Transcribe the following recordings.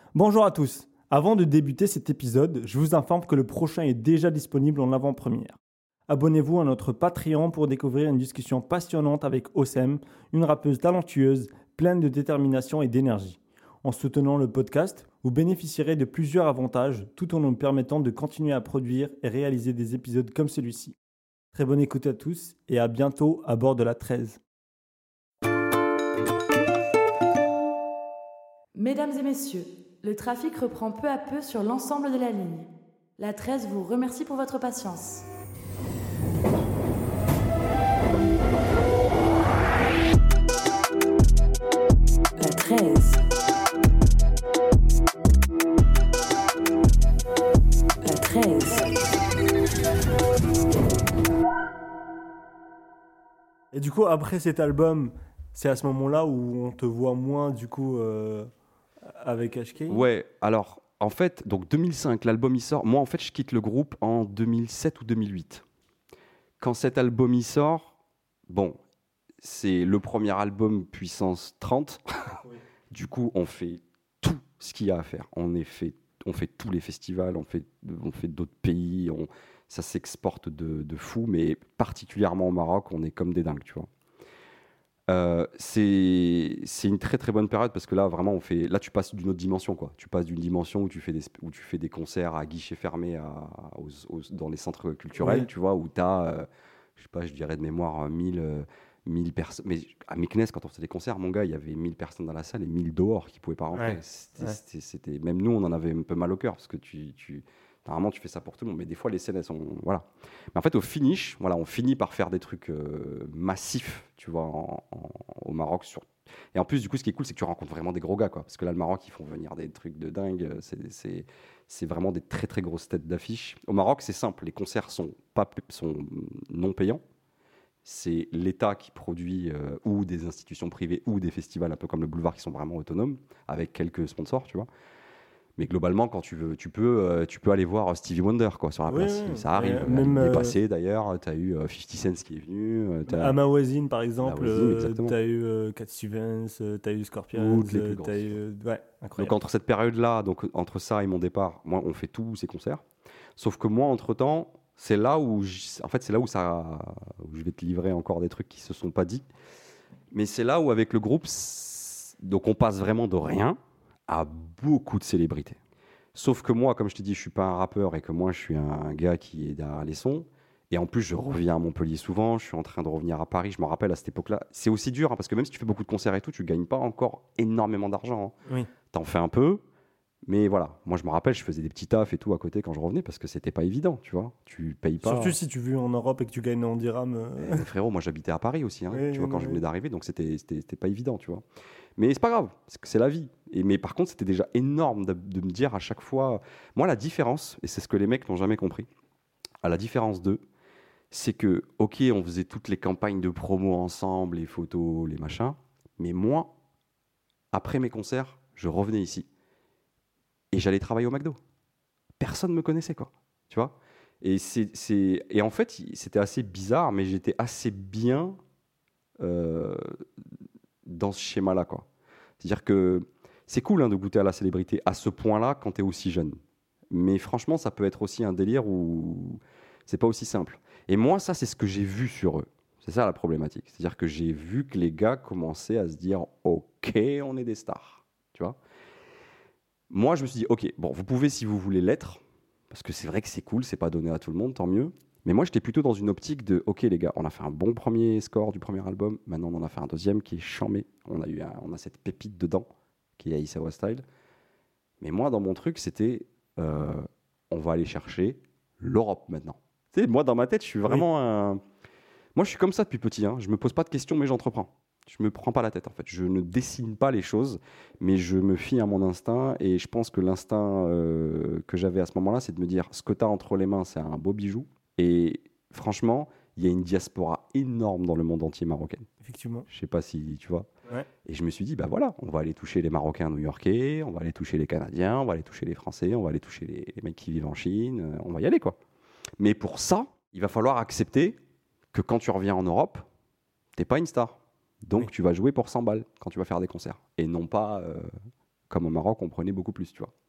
Bonjour à tous. Avant de débuter cet épisode, je vous informe que le prochain est déjà disponible en avant-première. Abonnez-vous à notre Patreon pour découvrir une discussion passionnante avec Osem, une rappeuse talentueuse, pleine de détermination et d'énergie. En soutenant le podcast, vous bénéficierez de plusieurs avantages tout en nous permettant de continuer à produire et réaliser des épisodes comme celui-ci. Très bonne écoute à tous et à bientôt à bord de la 13. Mesdames et messieurs, le trafic reprend peu à peu sur l'ensemble de la ligne. La 13 vous remercie pour votre patience. La 13. La 13. Et du coup, après cet album, c'est à ce moment-là où on te voit moins du coup avec HK. Ouais, alors en fait, donc 2005, l'album il sort. Moi en fait, je quitte le groupe en 2007 ou 2008. Quand cet album il sort, bon, c'est le premier album puissance 30. Oui. Du coup, on fait tout ce qu'il y a à faire. On fait tous les festivals, on fait d'autres pays, ça s'exporte de fou, mais particulièrement au Maroc, on est comme des dingues, tu vois. C'est une très très bonne période parce que là vraiment là tu passes d'une autre dimension quoi. Tu passes d'une dimension où tu fais des concerts à guichet fermé dans les centres culturels, Ouais. tu vois, où tu as je sais pas, je dirais de mémoire 1000 personnes. Mais à Meknès, quand on faisait des concerts, mon gars, il y avait 1000 personnes dans la salle et 1000 dehors qui pouvaient pas rentrer. Ouais. C'était même nous on en avait un peu mal au cœur parce que normalement tu fais ça pour tout le monde, mais des fois les scènes elles sont voilà. Mais en fait, au finish, voilà, on finit par faire des trucs massifs, tu vois, au Maroc. Et en plus, du coup, ce qui est cool, c'est que tu rencontres vraiment des gros gars, quoi. Parce que là, le Maroc, ils font venir des trucs de dingue. C'est vraiment des très, très grosses têtes d'affiche. Au Maroc, c'est simple. Les concerts sont non payants. C'est l'État qui produit, ou des institutions privées, ou des festivals, un peu comme le Boulevard, qui sont vraiment autonomes, avec quelques sponsors, tu vois. Mais globalement, quand tu veux, tu peux aller voir Stevie Wonder quoi, sur la Oui, place. oui. Ça arrive. Et même, Il est passé d'ailleurs. Tu as eu 50 Cent qui est venu. Amawazin par exemple, Amawazin, exactement. tu as eu Cat Stevens, tu as eu Scorpions, Toutes les plus tu as eu... Ouais, incroyable. Donc entre cette période-là, donc entre ça et mon départ, moi, on fait tous ces concerts. Sauf que moi, entre-temps, c'est là où je vais te livrer encore des trucs qui se sont pas dit. Mais c'est là où avec le groupe, donc on passe vraiment de rien à beaucoup de célébrités. Sauf que moi, comme je t'ai dit, je suis pas un rappeur et que moi, je suis un gars qui est derrière les sons. Et en plus, je reviens à Montpellier souvent, je suis en train de revenir à Paris. Je me rappelle à cette époque-là, c'est aussi dur, hein, parce que même si tu fais beaucoup de concerts et tout, tu gagnes pas encore énormément d'argent. Hein. Oui. T'en fais un peu, mais voilà. Moi, je me rappelle, je faisais des petits tafs et tout à côté quand je revenais, parce que c'était pas évident, tu vois. Tu payes pas. Surtout si tu vis en Europe et que tu gagnes en dirham. Mais frérot, moi j'habitais à Paris aussi, hein, Oui, tu vois, oui, quand je oui. venais d'arriver, donc c'était pas évident, tu vois. Mais c'est pas grave, c'est la vie. Mais par contre, c'était déjà énorme de me dire à chaque fois. Moi, la différence, et c'est ce que les mecs n'ont jamais compris, à la différence d'eux, c'est que, ok, on faisait toutes les campagnes de promo ensemble, les photos, les machins, mais moi, après mes concerts, je revenais ici et j'allais travailler au McDo. Personne ne me connaissait, quoi, tu vois. Et en fait, c'était assez bizarre, mais j'étais assez bien dans ce schéma-là, quoi. C'est-à-dire que c'est cool hein, de goûter à la célébrité à ce point-là quand tu es aussi jeune. Mais franchement, ça peut être aussi un délire où c'est pas aussi simple. Et moi, ça, c'est ce que j'ai vu sur eux. C'est ça la problématique. C'est-à-dire que j'ai vu que les gars commençaient à se dire « Ok, on est des stars. » Tu vois ? Moi, je me suis dit « Ok, bon, vous pouvez si vous voulez l'être, parce que c'est vrai que c'est cool, c'est pas donné à tout le monde, tant mieux. » Mais moi, j'étais plutôt dans une optique de « Ok, les gars, on a fait un bon premier score du premier album. Maintenant, on en a fait un deuxième qui est chambé. On a cette pépite dedans, qui est Aïssa Style. Mais moi, dans mon truc, c'était on va aller chercher l'Europe maintenant. » Tu sais, moi, dans ma tête, je suis vraiment un... Moi, je suis comme ça depuis petit. Hein. Je me pose pas de questions, mais j'entreprends. Je me prends pas la tête, en fait. Je ne dessine pas les choses, mais je me fie à mon instinct. Et je pense que l'instinct que j'avais à ce moment-là, c'est de me dire, ce que tu as entre les mains, c'est un beau bijou. Et franchement, il y a une diaspora énorme dans le monde entier marocain. Effectivement. Je sais pas si tu vois. Ouais. Et je me suis dit, bah voilà, on va aller toucher les Marocains new-yorkais, on va aller toucher les Canadiens, on va aller toucher les Français, on va aller toucher les mecs qui vivent en Chine, on va y aller, quoi. Mais pour ça, il va falloir accepter que quand tu reviens en Europe, t'es pas une star. Donc tu vas jouer pour 100 balles quand tu vas faire des concerts. Et non pas comme au Maroc, on prenait beaucoup plus, tu vois.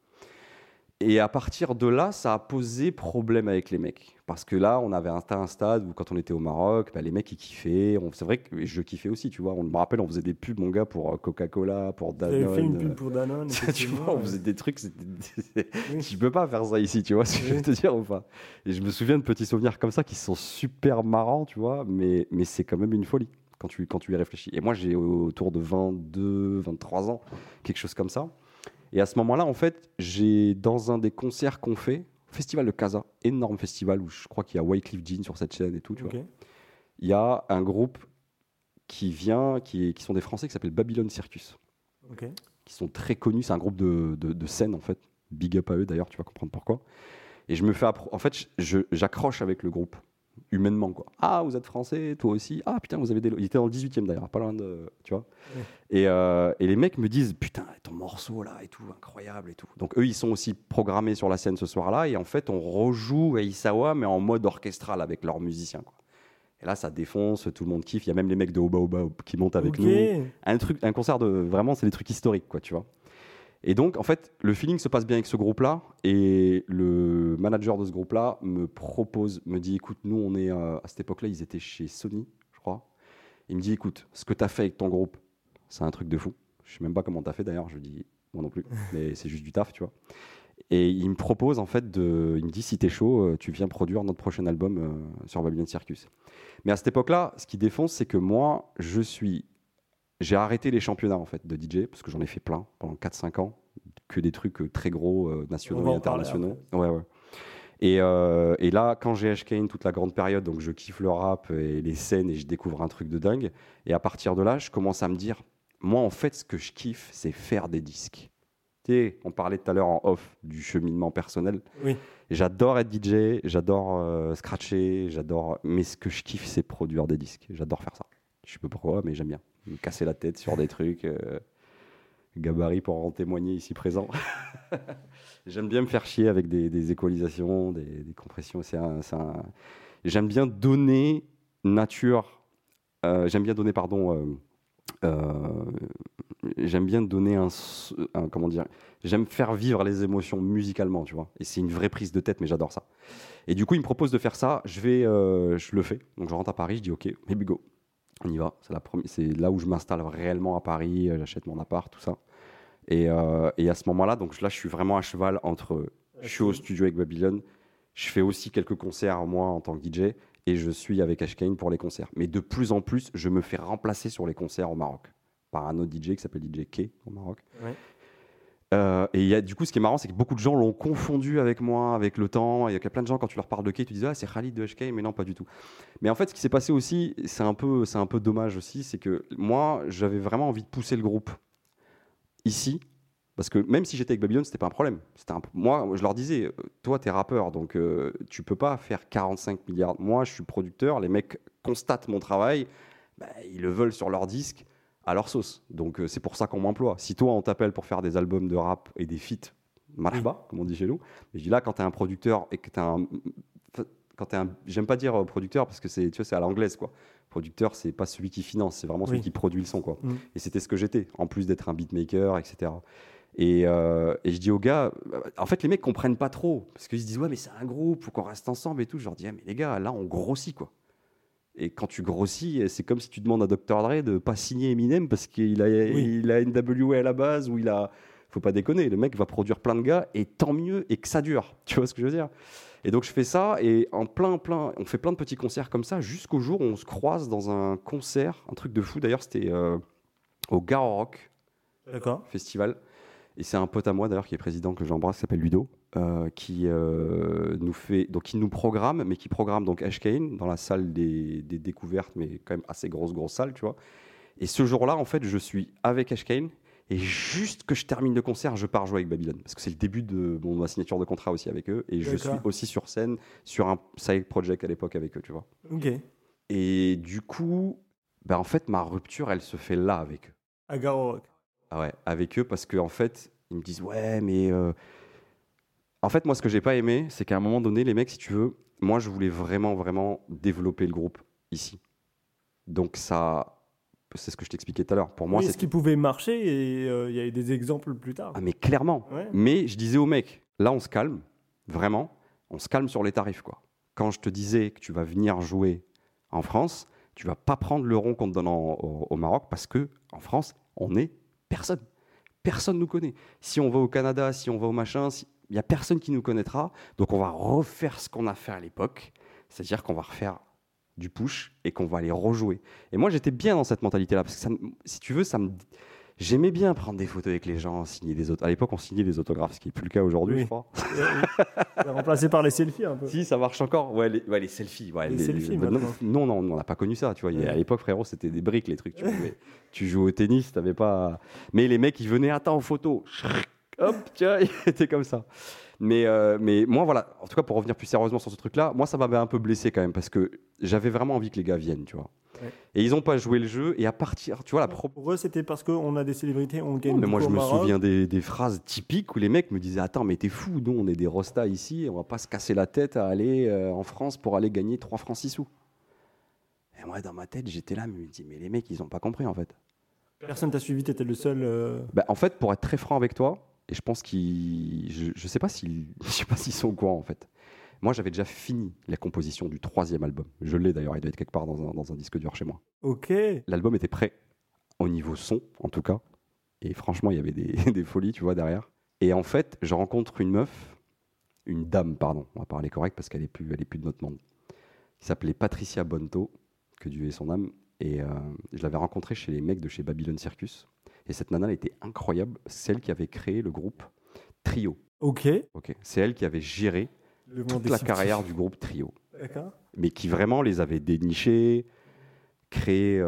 Et à partir de là, ça a posé problème avec les mecs. Parce que là, on avait un stade où, quand on était au Maroc, bah, les mecs, ils kiffaient. C'est vrai que je kiffais aussi, tu vois. On me rappelle, on faisait des pubs, mon gars, pour Coca-Cola, pour Vous avez Danone. fait une pub pour Danone. Tu vois, on faisait des trucs. Oui. Je peux pas faire ça ici, tu vois ce que je veux te dire ou pas. Et je me souviens de petits souvenirs comme ça qui sont super marrants, tu vois. Mais c'est quand même une folie quand tu y réfléchis. Et moi, j'ai autour de 22, 23 ans, quelque chose comme ça. Et à ce moment-là, en fait, j'ai dans un des concerts qu'on fait, Festival de Casa, énorme festival où je crois qu'il y a Wyclef Jean sur cette chaîne et tout, tu vois. Il y a un groupe qui vient, qui sont des Français, qui s'appelle Babylon Circus, qui sont très connus. C'est un groupe de scène, en fait. Big up à eux, d'ailleurs, tu vas comprendre pourquoi. Et je me fais en fait, j'accroche avec le groupe, humainement, quoi. Ah, vous êtes français, toi aussi. Ah, putain, vous avez des... Il était dans le 18e, d'ailleurs, pas loin de... Tu vois. Et les mecs me disent, putain, ton morceau, là, et tout, incroyable, et tout. Donc, eux, ils sont aussi programmés sur la scène ce soir-là. Et en fait, on rejoue Aïssawa, mais en mode orchestral, avec leurs musiciens, quoi. Et là, ça défonce, tout le monde kiffe. Il y a même les mecs de Oba Oba qui montent avec nous. Un concert de... Vraiment, c'est des trucs historiques, quoi, tu vois. Et donc, en fait, le feeling se passe bien avec ce groupe-là. Et le manager de ce groupe-là me dit, écoute, nous, on est... à cette époque-là, ils étaient chez Sony, je crois. Il me dit, écoute, ce que tu as fait avec ton groupe, c'est un truc de fou. Je sais même pas comment tu as fait, d'ailleurs. Je dis, moi non plus. Mais c'est juste du taf, tu vois. Et il me propose, en fait, il me dit, si t'es chaud, tu viens produire notre prochain album sur Babylon Circus. Mais à cette époque-là, ce qui défonce, c'est que moi, j'ai arrêté les championnats, en fait, de DJ, parce que j'en ai fait plein pendant 4-5 ans, que des trucs très gros, nationaux et internationaux. Ouais. Et là, quand j'ai Ashkane, toute la grande période, donc je kiffe le rap et les scènes et je découvre un truc de dingue. Et à partir de là, je commence à me dire, moi, en fait, ce que je kiffe, c'est faire des disques. Tu sais, on parlait tout à l'heure en off du cheminement personnel. Oui. J'adore être DJ, j'adore scratcher, mais ce que je kiffe, c'est produire des disques. J'adore faire ça. Je sais pas pourquoi, mais j'aime bien. Me casser la tête sur des trucs. Gabarit pour en témoigner ici présent. J'aime bien me faire chier avec des équalisations, des compressions. J'aime bien donner nature. J'aime bien donner, j'aime bien donner comment dire. J'aime faire vivre les émotions musicalement, tu vois. Et c'est une vraie prise de tête, mais j'adore ça. Et du coup, il me propose de faire ça. Je le fais. Donc, je rentre à Paris. Je dis OK, here we go. On y va. C'est là où je m'installe réellement à Paris. J'achète mon appart, tout ça. Et à ce moment-là, donc là, je suis vraiment à cheval entre. Je suis au studio avec Babylon. Je fais aussi quelques concerts, moi, en tant que DJ. Et je suis avec Ashkane pour les concerts. Mais de plus en plus, je me fais remplacer sur les concerts au Maroc par un autre DJ qui s'appelle DJ K au Maroc. Ouais. Et du coup, ce qui est marrant, c'est que beaucoup de gens l'ont confondu avec moi, avec le temps. Il y a plein de gens, quand tu leur parles de K, tu dis ah, c'est Khalid de HK, mais non, pas du tout. Mais en fait, ce qui s'est passé aussi, c'est un peu dommage aussi, c'est que moi, j'avais vraiment envie de pousser le groupe ici. Parce que même si j'étais avec Babylon, c'était pas un problème. Moi, je leur disais, toi, t'es rappeur, donc tu peux pas faire 45 milliards. Moi, je suis producteur, les mecs constatent mon travail, ils le veulent sur leur disque, à leur sauce. Donc, c'est pour ça qu'on m'emploie. Si toi, on t'appelle pour faire des albums de rap et des feats, marhaba, comme on dit chez nous. Mais je dis là, quand t'es un producteur et que j'aime pas dire producteur parce que c'est à l'anglaise, quoi. Producteur, c'est pas celui qui finance, c'est vraiment celui qui produit le son, quoi. Et c'était ce que j'étais, en plus d'être un beatmaker, etc. Et je dis aux gars, en fait, les mecs comprennent pas trop parce qu'ils se disent, ouais, mais c'est un groupe, faut qu'on reste ensemble et tout. Je leur dis, mais les gars, là, on grossit, quoi. Et quand tu grossis, c'est comme si tu demandes à Dr. Dre de pas signer Eminem parce qu'il a NWA à la base ou faut pas déconner, le mec va produire plein de gars et tant mieux et que ça dure. Tu vois ce que je veux dire? Et donc je fais ça et on fait plein de petits concerts comme ça jusqu'au jour où on se croise dans un concert, un truc de fou. D'ailleurs, c'était au Garo Rock Festival. Et c'est un pote à moi d'ailleurs qui est président, que j'embrasse, qui s'appelle Ludo, qui nous programme, mais qui programme donc Ashkane dans la salle des découvertes, mais quand même assez grosse salle, tu vois. Et ce jour-là, en fait, je suis avec Ashkane et juste que je termine le concert, je pars jouer avec Babylon parce que c'est le début de ma signature de contrat aussi avec eux et je suis aussi sur scène sur un side project à l'époque avec eux, tu vois. Ok. Et du coup, en fait, ma rupture, elle se fait là avec eux. À Garo Rock. Ah ouais, avec eux, parce qu'en fait, ils me disent, ouais, mais... En fait, moi, ce que j'ai pas aimé, c'est qu'à un moment donné, les mecs, si tu veux, moi, je voulais vraiment, vraiment développer le groupe ici. Donc, ça c'est ce que je t'expliquais tout à l'heure. Pour moi, ce qui pouvait marcher et il y a eu des exemples plus tard. Ah, mais clairement. Ouais. Mais je disais aux mecs, là, on se calme, vraiment, on se calme sur les tarifs, quoi. Quand je te disais que tu vas venir jouer en France, tu vas pas prendre le rond qu'on te donne au Maroc parce que en France, on est personne. Personne nous connaît. Si on va au Canada, si on va au machin, il y a personne qui nous connaîtra. Donc, on va refaire ce qu'on a fait à l'époque, c'est-à-dire qu'on va refaire du push et qu'on va aller rejouer. Et moi, j'étais bien dans cette mentalité-là parce que si tu veux, j'aimais bien prendre des photos avec les gens, signer des autres. À l'époque, on signait des autographes, ce qui n'est plus le cas aujourd'hui, je crois. Remplacé par les selfies un peu. Si, ça marche encore. Ouais, les selfies. Ouais, les selfies non, on n'a pas connu ça. Tu vois. À l'époque, frérot, c'était des briques, les trucs. Tu joues au tennis, t'avais pas. Mais les mecs, ils venaient, attends, photo. Hop, tiens, ils étaient comme ça. Mais moi, voilà, en tout cas, pour revenir plus sérieusement sur ce truc-là, moi, ça m'avait un peu blessé quand même, parce que j'avais vraiment envie que les gars viennent, tu vois. Ouais. Et ils n'ont pas joué le jeu, et à partir, tu vois, Pour eux, c'était parce qu'on a des célébrités, on gagne. Mais moi, je me souviens des phrases typiques où les mecs me disaient, attends, mais t'es fou, nous, on est des rostas ici, on va pas se casser la tête à aller en France pour aller gagner 3 francs 6 sous. Et moi, dans ma tête, j'étais là, mais je me dis, mais les mecs, ils n'ont pas compris, en fait. Personne t'a suivi, t'étais le seul. En fait, pour être très franc avec toi, et je pense je sais pas s'ils sont au courant en fait. Moi, j'avais déjà fini la composition du 3e album. Je l'ai d'ailleurs, il doit être quelque part dans un disque dur chez moi. Ok. L'album était prêt, au niveau son en tout cas. Et franchement, il y avait des folies, tu vois, derrière. Et en fait, je rencontre une dame, pardon, on va parler correct parce qu'elle est plus de notre monde, qui s'appelait Patricia Bonto, que Dieu ait son âme. Et je l'avais rencontrée chez les mecs de chez Babylon Circus. Et cette nana, elle était incroyable. C'est elle qui avait créé le groupe Trio. Ok. C'est elle qui avait géré toute la carrière du groupe Trio. D'accord. Mais qui vraiment les avait dénichés, créé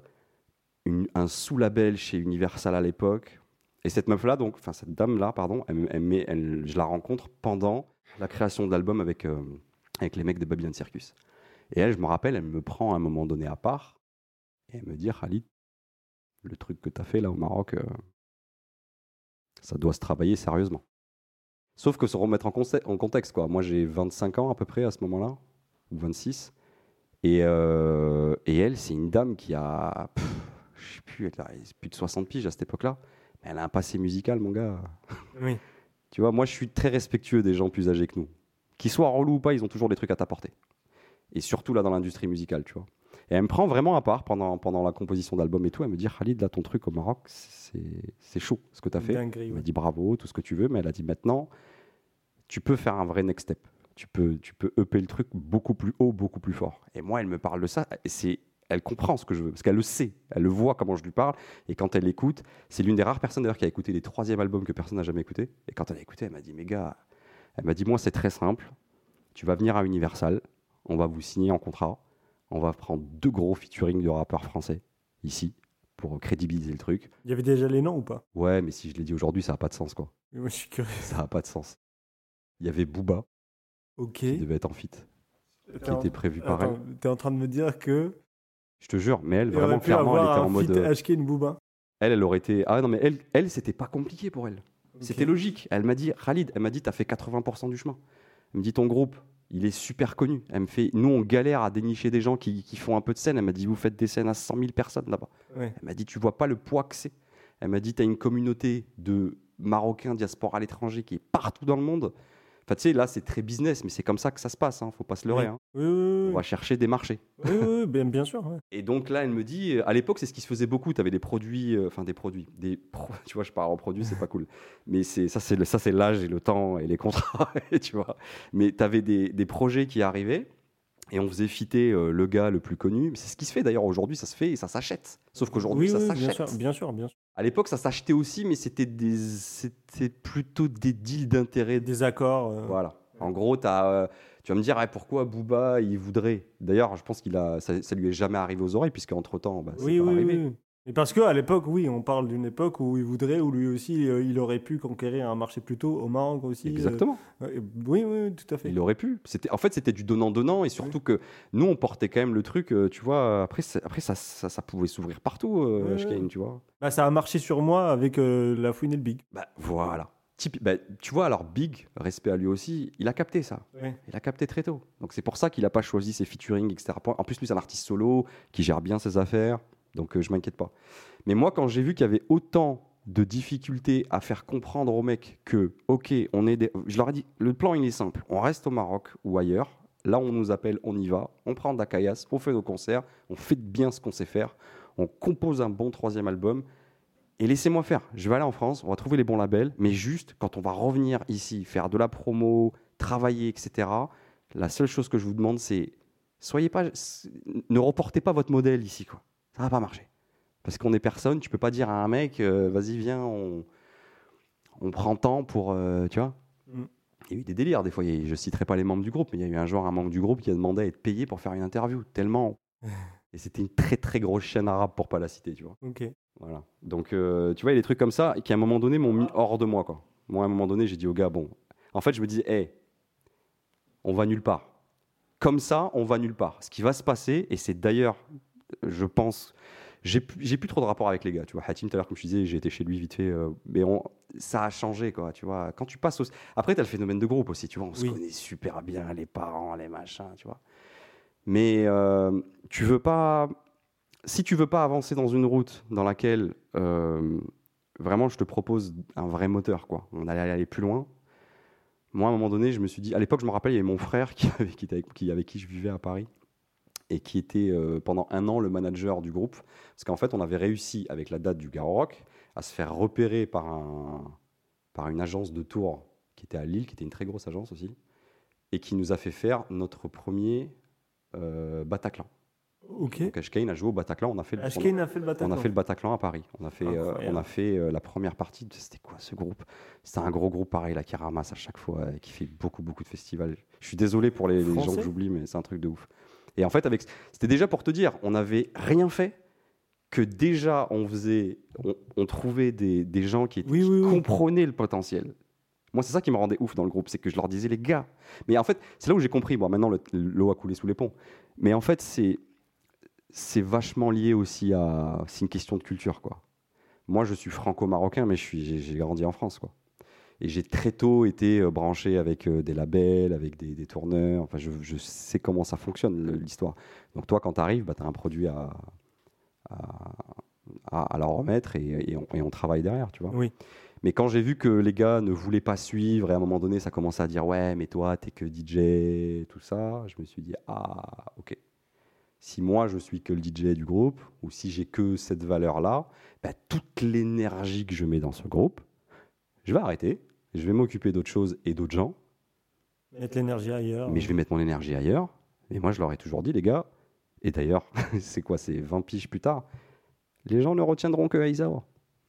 un sous-label chez Universal à l'époque. Et cette meuf-là, cette dame-là, pardon, je la rencontre pendant la création de l'album avec les mecs de Babylon Circus. Et elle, je me rappelle, elle me prend à un moment donné à part et elle me dit, Khalid, le truc que tu as fait là au Maroc, ça doit se travailler sérieusement. Sauf que se remettre en contexte, quoi. Moi, j'ai 25 ans à peu près à ce moment-là, ou 26. Et elle, c'est une dame qui a, je sais plus, elle a plus de 60 piges à cette époque-là. Mais elle a un passé musical, mon gars. Oui. Tu vois, moi, je suis très respectueux des gens plus âgés que nous. Qu'ils soient relous ou pas, ils ont toujours des trucs à t'apporter. Et surtout là, dans l'industrie musicale, tu vois. Et elle me prend vraiment à part pendant la composition d'album et tout. Elle me dit, Khalid, là, ton truc au Maroc, c'est chaud ce que tu as fait. Dinguerie, elle m'a dit bravo, tout ce que tu veux. Mais elle a dit, maintenant, tu peux faire un vrai next step. Tu peux EP le truc beaucoup plus haut, beaucoup plus fort. Et moi, elle me parle de ça. Elle comprend ce que je veux, parce qu'elle le sait. Elle le voit comment je lui parle. Et quand elle l'écoute, c'est l'une des rares personnes d'ailleurs qui a écouté les 3e albums que personne n'a jamais écouté. Et quand elle a écouté, elle m'a dit, mais gars, elle m'a dit, moi, c'est très simple. Tu vas venir à Universal. On va vous signer en contrat. On va prendre 2 gros featuring de rappeurs français, ici, pour crédibiliser le truc. Il y avait déjà les noms ou pas? Ouais, mais si je l'ai dit aujourd'hui, ça n'a pas de sens, quoi. Moi, je suis curieux. Ça n'a pas de sens. Il y avait Booba, qui devait être en feat, qui était prévu par elle. T'es en train de me dire que... Je te jure, mais elle, vraiment, clairement, elle était en mode... HK Booba. Elle aurait été... Ah non, mais elle c'était pas compliqué pour elle. Okay. C'était logique. Elle m'a dit, Khalid, elle m'a dit, t'as fait 80% du chemin. Elle me dit, ton groupe... Il est super connu. Elle me fait, nous, on galère à dénicher des gens qui font un peu de scène. Elle m'a dit, vous faites des scènes à 100 000 personnes là-bas. Ouais. Elle m'a dit, tu vois pas le poids que c'est. Elle m'a dit, tu as une communauté de Marocains diaspora à l'étranger qui est partout dans le monde. Enfin, tu sais, là, c'est très business, mais c'est comme ça que ça se passe. Faut pas se leurrer. Oui. On va chercher des marchés. Oui, bien sûr. Ouais. Et donc là, elle me dit, à l'époque, c'est ce qui se faisait beaucoup. Tu avais des produits, tu vois, je parle en produits, c'est pas cool. Mais ça, c'est l'âge et le temps et les contrats, tu vois. Mais tu avais des projets qui arrivaient et on faisait fitter le gars le plus connu. C'est ce qui se fait d'ailleurs aujourd'hui, ça se fait et ça s'achète. Sauf qu'aujourd'hui, ça s'achète. Bien sûr. À l'époque, ça s'achetait aussi, mais c'était plutôt des deals d'intérêt. Des accords. Voilà. En gros, tu vas me dire pourquoi Booba il voudrait. D'ailleurs, je pense ça lui est jamais arrivé aux oreilles, puisqu'entre-temps, c'est pas arrivé. Oui. Et parce qu'à l'époque, on parle d'une époque où il voudrait, où lui aussi, il aurait pu conquérir un marché plus tôt, au Maroc aussi. Exactement. Oui, tout à fait. Il aurait pu. En fait, c'était du donnant-donnant, et surtout que nous, on portait quand même le truc, tu vois, après ça pouvait s'ouvrir partout, Ashkane, tu vois. Ça a marché sur moi avec La Fouine et le Big. Voilà. Tu vois, alors Big, respect à lui aussi, il a capté ça. Ouais. Il a capté très tôt. Donc c'est pour ça qu'il n'a pas choisi ses featuring, etc. En plus, lui, c'est un artiste solo qui gère bien ses affaires. Donc, je m'inquiète pas. Mais moi, quand j'ai vu qu'il y avait autant de difficultés à faire comprendre aux mecs que, ok, je leur ai dit, le plan, il est simple. On reste au Maroc ou ailleurs. Là, on nous appelle, on y va. On prend de la caillasse, on fait nos concerts, on fait bien ce qu'on sait faire. On compose un bon 3e album. Et laissez-moi faire. Je vais aller en France, on va trouver les bons labels. Mais juste, quand on va revenir ici, faire de la promo, travailler, etc., la seule chose que je vous demande, c'est ne reportez pas votre modèle ici, quoi. Ça va pas marcher. Parce qu'on est personne, tu peux pas dire à un mec, vas-y, viens, on prend temps pour, tu vois. Il y a eu des délires, des fois, je citerai pas les membres du groupe, mais il y a eu un membre du groupe qui a demandé à être payé pour faire une interview, tellement. Et c'était une très très grosse chaîne arabe pour pas la citer, tu vois. Ok. Voilà. Donc, tu vois, il y a des trucs comme ça qui, à un moment donné, m'ont mis hors de moi, quoi. Moi, à un moment donné, j'ai dit au gars, bon, en fait, je me disais, hey, on va nulle part. Comme ça, on va nulle part. Ce qui va se passer, et c'est d'ailleurs, je pense, j'ai plus trop de rapport avec les gars. Tu vois, Hatim, tout à l'heure, comme je disais, j'ai été chez lui vite fait, mais ça a changé, quoi. Tu vois, quand tu passes après, tu as le phénomène de groupe aussi. Tu vois, on se connaît super bien, les parents, les machins, tu vois. Mais tu veux pas. Si tu veux pas avancer dans une route dans laquelle vraiment je te propose un vrai moteur, quoi. On allait aller plus loin. Moi, à un moment donné, je me suis dit, à l'époque, je me rappelle, il y avait mon frère avec qui je vivais à Paris et qui était pendant 1 an le manager du groupe. Parce qu'en fait, on avait réussi, avec la date du Garo Rock, à se faire repérer par une agence de tour qui était à Lille, qui était une très grosse agence aussi, et qui nous a fait faire notre premier Bataclan. Ok. Donc Ashkane a joué au Bataclan. On a fait le Bataclan. On a fait le Bataclan à Paris. On a fait la première partie. C'était quoi ce groupe? C'était un gros groupe pareil là, qui ramasse à chaque fois, qui fait beaucoup de festivals. Je suis désolé pour les gens que j'oublie, mais c'est un truc de ouf. Et en fait, c'était déjà pour te dire, on n'avait rien fait, que déjà on trouvait des gens qui comprenaient le potentiel. Moi, c'est ça qui me rendait ouf dans le groupe, c'est que je leur disais, les gars. Mais en fait, c'est là où j'ai compris. Bon, maintenant, l'eau a coulé sous les ponts. Mais en fait, c'est vachement lié aussi c'est une question de culture, quoi. Moi, je suis franco-marocain, mais j'ai grandi en France, quoi. Et j'ai très tôt été branché avec des labels, avec des tourneurs. Enfin, je sais comment ça fonctionne, l'histoire. Donc toi, quand tu arrives, tu as un produit à leur remettre et on travaille derrière, tu vois. Oui. Mais quand j'ai vu que les gars ne voulaient pas suivre et à un moment donné, ça commençait à dire « Ouais, mais toi, t'es que DJ, tout ça », je me suis dit « Ah, ok. Si moi, je suis que le DJ du groupe, ou si j'ai que cette valeur-là, toute l'énergie que je mets dans ce groupe, je vais arrêter, je vais m'occuper d'autres choses et d'autres gens. Mettre l'énergie ailleurs. Mais je vais mettre mon énergie ailleurs. Et moi, je leur ai toujours dit, les gars, et d'ailleurs, c'est 20 piges plus tard, les gens ne retiendront que Aizawa.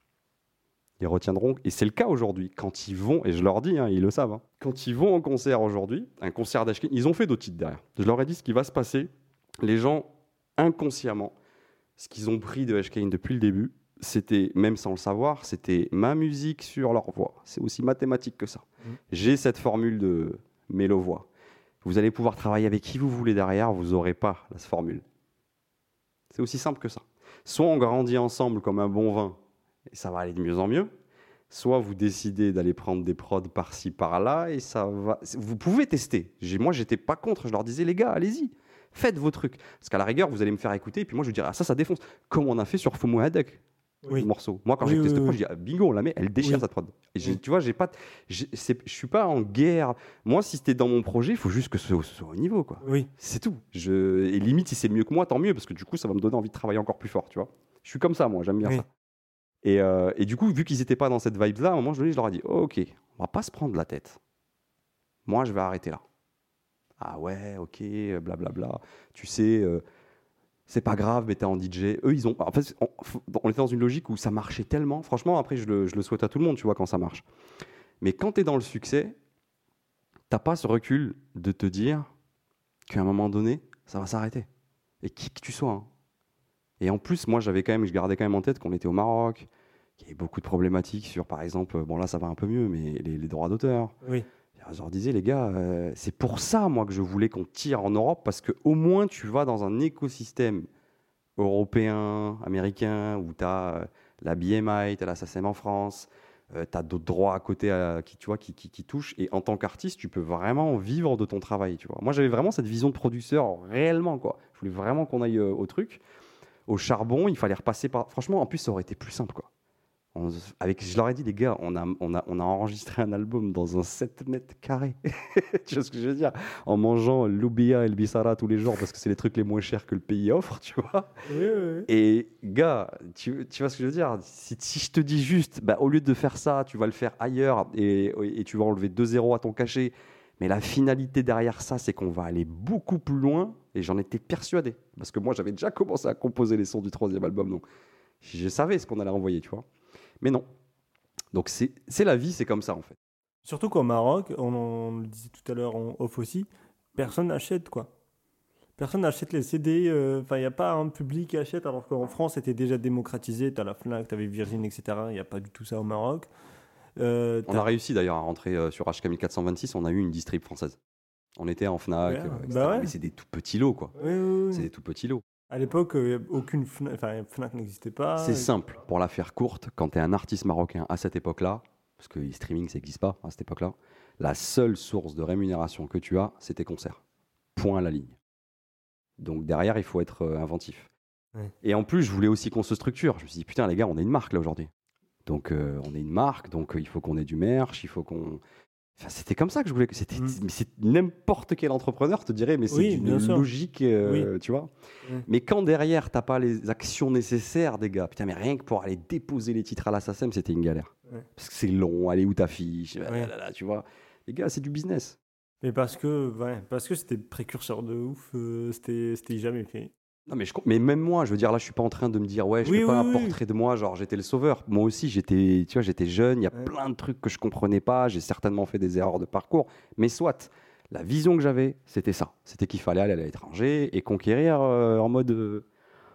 Ils retiendront, et c'est le cas aujourd'hui, quand ils vont, et je leur dis, ils le savent, quand ils vont en concert aujourd'hui, un concert d'Ashkane, ils ont fait d'autres titres derrière. Je leur ai dit ce qui va se passer. Les gens, inconsciemment, ce qu'ils ont pris de Ashkane depuis le début, c'était, même sans le savoir, c'était ma musique sur leur voix. C'est aussi mathématique que ça. J'ai cette formule de mélo-voix. Vous allez pouvoir travailler avec qui vous voulez derrière, vous n'aurez pas cette formule. C'est aussi simple que ça. Soit on grandit ensemble comme un bon vin, et ça va aller de mieux en mieux, soit vous décidez d'aller prendre des prods par-ci, par-là, et ça va... Vous pouvez tester. Moi, j'étais pas contre. Je leur disais, les gars, allez-y. Faites vos trucs. Parce qu'à la rigueur, vous allez me faire écouter, et puis moi, je vous dirais, ça défonce. Comme on a fait sur Fumu Hadek, le morceau. Moi, quand j'ai testé le prod, je dis, bingo, on la met, elle déchire cette prod. Et tu vois, je suis pas en guerre. Moi, si c'était dans mon projet, il faut juste que ce soit au niveau, quoi. Oui. C'est tout. Et limite, si c'est mieux que moi, tant mieux, parce que du coup, ça va me donner envie de travailler encore plus fort, tu vois. Je suis comme ça, moi, j'aime bien ça. Et du coup, vu qu'ils n'étaient pas dans cette vibe-là, à un moment, je leur ai dit, ok, on va pas se prendre la tête. Moi, je vais arrêter là. Ah ouais, ok, blablabla. Tu sais, c'est pas grave, mais t'es en DJ. Eux, en fait, on était dans une logique où ça marchait tellement. Franchement, après, je le souhaite à tout le monde, tu vois, quand ça marche. Mais quand t'es dans le succès, t'as pas ce recul de te dire qu'à un moment donné, ça va s'arrêter. Et qui que tu sois. Et en plus, moi, je gardais quand même en tête qu'on était au Maroc, qu'il y avait beaucoup de problématiques sur, par exemple, bon là, ça va un peu mieux, mais les droits d'auteur. Oui. Je leur disais, les gars, c'est pour ça, moi, que je voulais qu'on tire en Europe, parce qu'au moins, tu vas dans un écosystème européen, américain, où tu as la BMI, tu as la SACEM en France, tu as d'autres droits à côté qui touchent, et en tant qu'artiste, tu peux vraiment vivre de ton travail. Tu vois. Moi, j'avais vraiment cette vision de producteur, réellement, quoi. Je voulais vraiment qu'on aille au truc. au charbon, il fallait repasser par. Franchement, en plus, ça aurait été plus simple, quoi. Je leur ai dit, les gars, on a enregistré un album dans un 7 mètres carrés. Tu vois ce que je veux dire? En mangeant l'oubia et le bissara tous les jours parce que c'est les trucs les moins chers que le pays offre, tu vois. Oui. Et gars, tu vois ce que je veux dire? Si je te dis juste, au lieu de faire ça, tu vas le faire ailleurs et tu vas enlever 2 zéros à ton cachet. Mais la finalité derrière ça, c'est qu'on va aller beaucoup plus loin. Et j'en étais persuadé. Parce que moi, j'avais déjà commencé à composer les sons du 3e album. Donc, je savais ce qu'on allait envoyer, tu vois. Mais non. Donc, c'est la vie, c'est comme ça, en fait. Surtout qu'au Maroc, on le disait tout à l'heure en off aussi, personne n'achète, quoi. Personne n'achète les CD. Enfin, il n'y a pas un public qui achète, alors qu'en France, c'était déjà démocratisé. Tu as la Fnac, tu avais Virgin, etc. Il n'y a pas du tout ça au Maroc. On a réussi d'ailleurs à rentrer sur HK 1426. On a eu une distrib française. On était en Fnac, etc. Mais c'est des tout petits lots, quoi. Oui. C'est des tout petits lots. À l'époque, aucune Fnac n'existait pas. C'est simple, pour la faire courte, quand tu es un artiste marocain à cette époque-là, parce que le streaming, ça n'existe pas à cette époque-là, la seule source de rémunération que tu as, c'est tes concerts. Point à la ligne. Donc derrière, il faut être inventif. Ouais. Et en plus, je voulais aussi qu'on se structure. Je me suis dit, putain, les gars, on est une marque là aujourd'hui. Donc on est une marque, donc il faut qu'on ait du merch, il faut qu'on... Enfin, c'était comme ça que je voulais. Mais c'est n'importe quel entrepreneur te dirait, mais c'est une logique, tu vois. Mais quand derrière, t'as pas les actions nécessaires des gars, putain, mais rien que pour aller déposer les titres à la SACEM, c'était une galère. Parce que c'est long, aller où ta fiche, tu vois. Les gars, c'est du business. Mais parce que c'était précurseur de ouf, c'était jamais fait. Non, mais même moi, je veux dire, là, je suis pas en train de me dire, je fais pas un portrait de moi, genre j'étais le sauveur. Moi aussi, j'étais jeune, il y a plein de trucs que je comprenais pas, j'ai certainement fait des erreurs de parcours, mais soit, la vision que j'avais, c'était ça. C'était qu'il fallait aller à l'étranger et conquérir en mode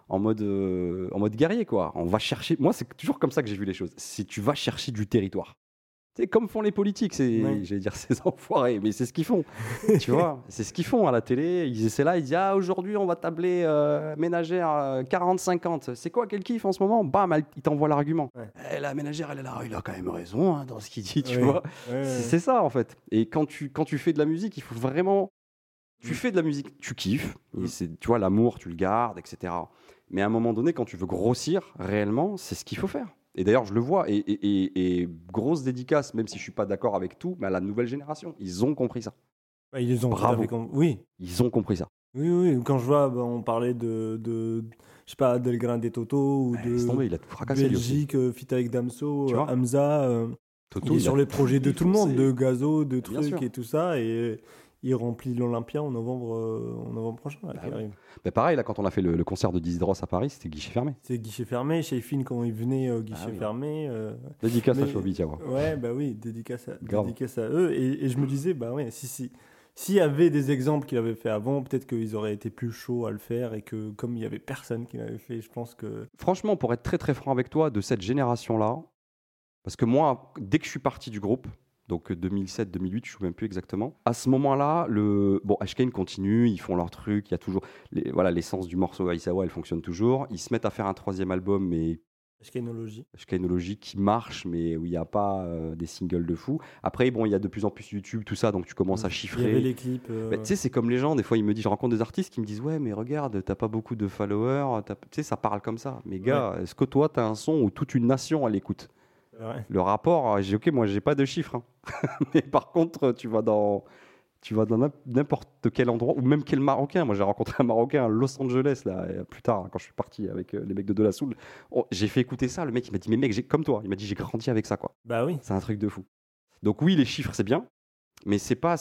guerrier, quoi. On va chercher, moi, c'est toujours comme ça que j'ai vu les choses. Si tu vas chercher du territoire. C'est comme font les politiques, j'allais dire ces enfoirés, mais c'est ce qu'ils font, tu vois, c'est ce qu'ils font à la télé, ils essaient là, ils disent « Ah, aujourd'hui, on va tabler ménagère 40-50, c'est quoi qu'elle kiffe en ce moment ?» Bam, il t'envoie l'argument. La ménagère, elle est là, il a quand même raison dans ce qu'il dit, tu vois. C'est ça, en fait. Et quand tu fais de la musique, il faut vraiment... Tu fais de la musique, tu kiffes, et tu vois, l'amour, tu le gardes, etc. Mais à un moment donné, quand tu veux grossir réellement, c'est ce qu'il faut faire. Et d'ailleurs, je le vois, et grosse dédicace, même si je ne suis pas d'accord avec tout, mais à la nouvelle génération, ils ont compris ça. Ils les ont Bravo. Oui. Ils ont compris ça. Oui. Quand je vois, on parlait de je sais pas, Del Grande Toto ou de il a tout fracassé, Belgique, fit avec Damso, tu vois, Hamza, Toto, il est sur les projets de tout le monde, de Gazo, de Bien trucs sûr. et tout ça, et il remplit l'Olympia en novembre prochain. Là, qui arrive. Pareil, là, quand on a fait le concert de Dizidros à Paris, c'était guichet fermé. C'est guichet fermé. Chez Finn, quand il venait, guichet fermé. Dédicace à Shobi, tiens. Dédicace à eux. Et je me disais, s'il y avait des exemples qu'il avait fait avant, peut-être qu'ils auraient été plus chauds à le faire, et que comme il y avait personne qui l'avait fait, je pense que... Franchement, pour être très très franc avec toi, de cette génération-là, parce que moi, dès que je suis parti du groupe, donc 2007-2008, je ne me souviens même plus exactement. À ce moment-là, Ashkane continue, ils font leur truc, il y a toujours... l'essence du morceau Aïsawa, elle fonctionne toujours. Ils se mettent à faire un 3e album, mais... Ashkanologie qui marche, mais où il n'y a pas des singles de fou. Après, il y a de plus en plus YouTube, tout ça, donc tu commences à chiffrer. Il y avait les clips. Tu sais, c'est comme les gens, des fois, je rencontre des artistes qui me disent « Ouais, mais regarde, t'as pas beaucoup de followers. » Tu sais, ça parle comme ça. Mais gars, est-ce que toi, t'as un son où toute une nation, elle écoute ? Le rapport, moi j'ai pas de chiffres, hein. Mais par contre tu vas dans n'importe quel endroit, ou même quel Marocain. Moi j'ai rencontré un Marocain à Los Angeles là, plus tard, quand je suis parti avec les mecs de la Soul. J'ai fait écouter ça, le mec il m'a dit mais mec, comme toi, il m'a dit j'ai grandi avec ça, quoi. Bah oui. C'est un truc de fou. Donc oui, les chiffres c'est bien, mais c'est pas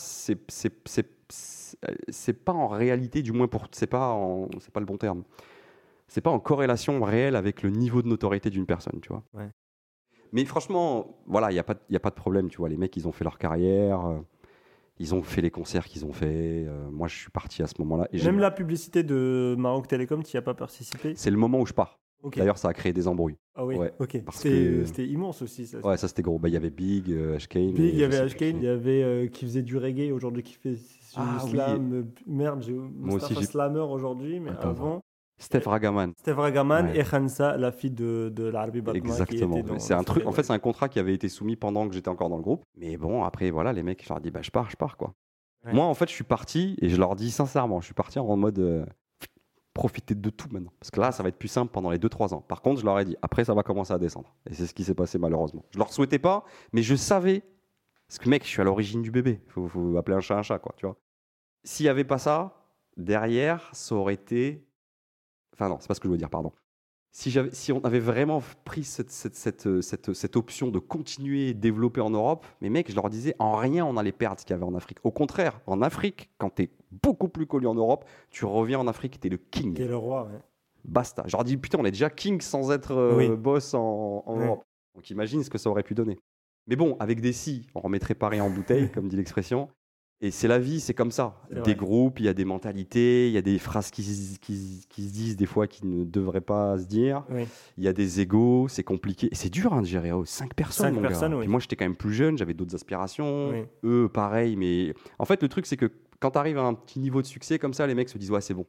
en réalité, du moins c'est pas le bon terme. C'est pas en corrélation réelle avec le niveau de notoriété d'une personne, tu vois. Ouais. Mais franchement, voilà, il n'y a pas de problème, tu vois. Les mecs, ils ont fait leur carrière, ils ont fait les concerts qu'ils ont fait. Moi, je suis parti à ce moment-là. Et même la publicité de Maroc Télécom, tu n'y as pas participé ? C'est le moment où je pars. Okay. D'ailleurs, ça a créé des embrouilles. Ah oui, ok. C'était immense aussi, ça. Ouais, ça c'était gros. Il y avait Big, Ashkane. Big, il y avait Ashkane, il y avait qui faisait du reggae aujourd'hui, qui fait du slam. Oui. Merde, j'ai Mustafa Slammer aujourd'hui, mais avant... Steph Ragaman et Khansa, la fille de l'Arbi Batma. Exactement. C'est un truc. En fait, c'est un contrat qui avait été soumis pendant que j'étais encore dans le groupe. Mais bon, après, voilà, les mecs, je leur dis, je pars, quoi. Ouais. Moi, en fait, je suis parti et je leur dis sincèrement, je suis parti en mode profiter de tout maintenant. Parce que là, ça va être plus simple pendant les 2-3 ans. Par contre, je leur ai dit, après, ça va commencer à descendre. Et c'est ce qui s'est passé malheureusement. Je leur souhaitais pas, mais je savais. Parce que mec, je suis à l'origine du bébé. Faut appeler un chat, quoi, tu vois. S'il n'y avait pas ça, derrière, ça aurait été... Enfin non, c'est pas ce que je veux dire, pardon. Si on avait vraiment pris cette option de continuer et développer en Europe, mais mec, je leur disais, en rien on allait perdre ce qu'il y avait en Afrique. Au contraire, en Afrique, quand tu es beaucoup plus connu en Europe, tu reviens en Afrique, tu es le king. T'es le roi, ouais. Basta. Je leur dis, putain, on est déjà king sans être boss en Europe. Donc imagine ce que ça aurait pu donner. Mais bon, avec des si, on remettrait Paris en bouteille, comme dit l'expression. Et c'est la vie, c'est comme ça. Des groupes, il y a des mentalités, il y a des phrases qui se disent des fois qui ne devraient pas se dire. Oui. Il y a des égos, c'est compliqué. Et c'est dur de gérer 5 personnes, mon gars. Oui. Puis moi, j'étais quand même plus jeune, j'avais d'autres aspirations. Oui. Eux, pareil. Mais en fait, le truc, c'est que quand tu arrives à un petit niveau de succès comme ça, les mecs se disent, ouais, c'est bon.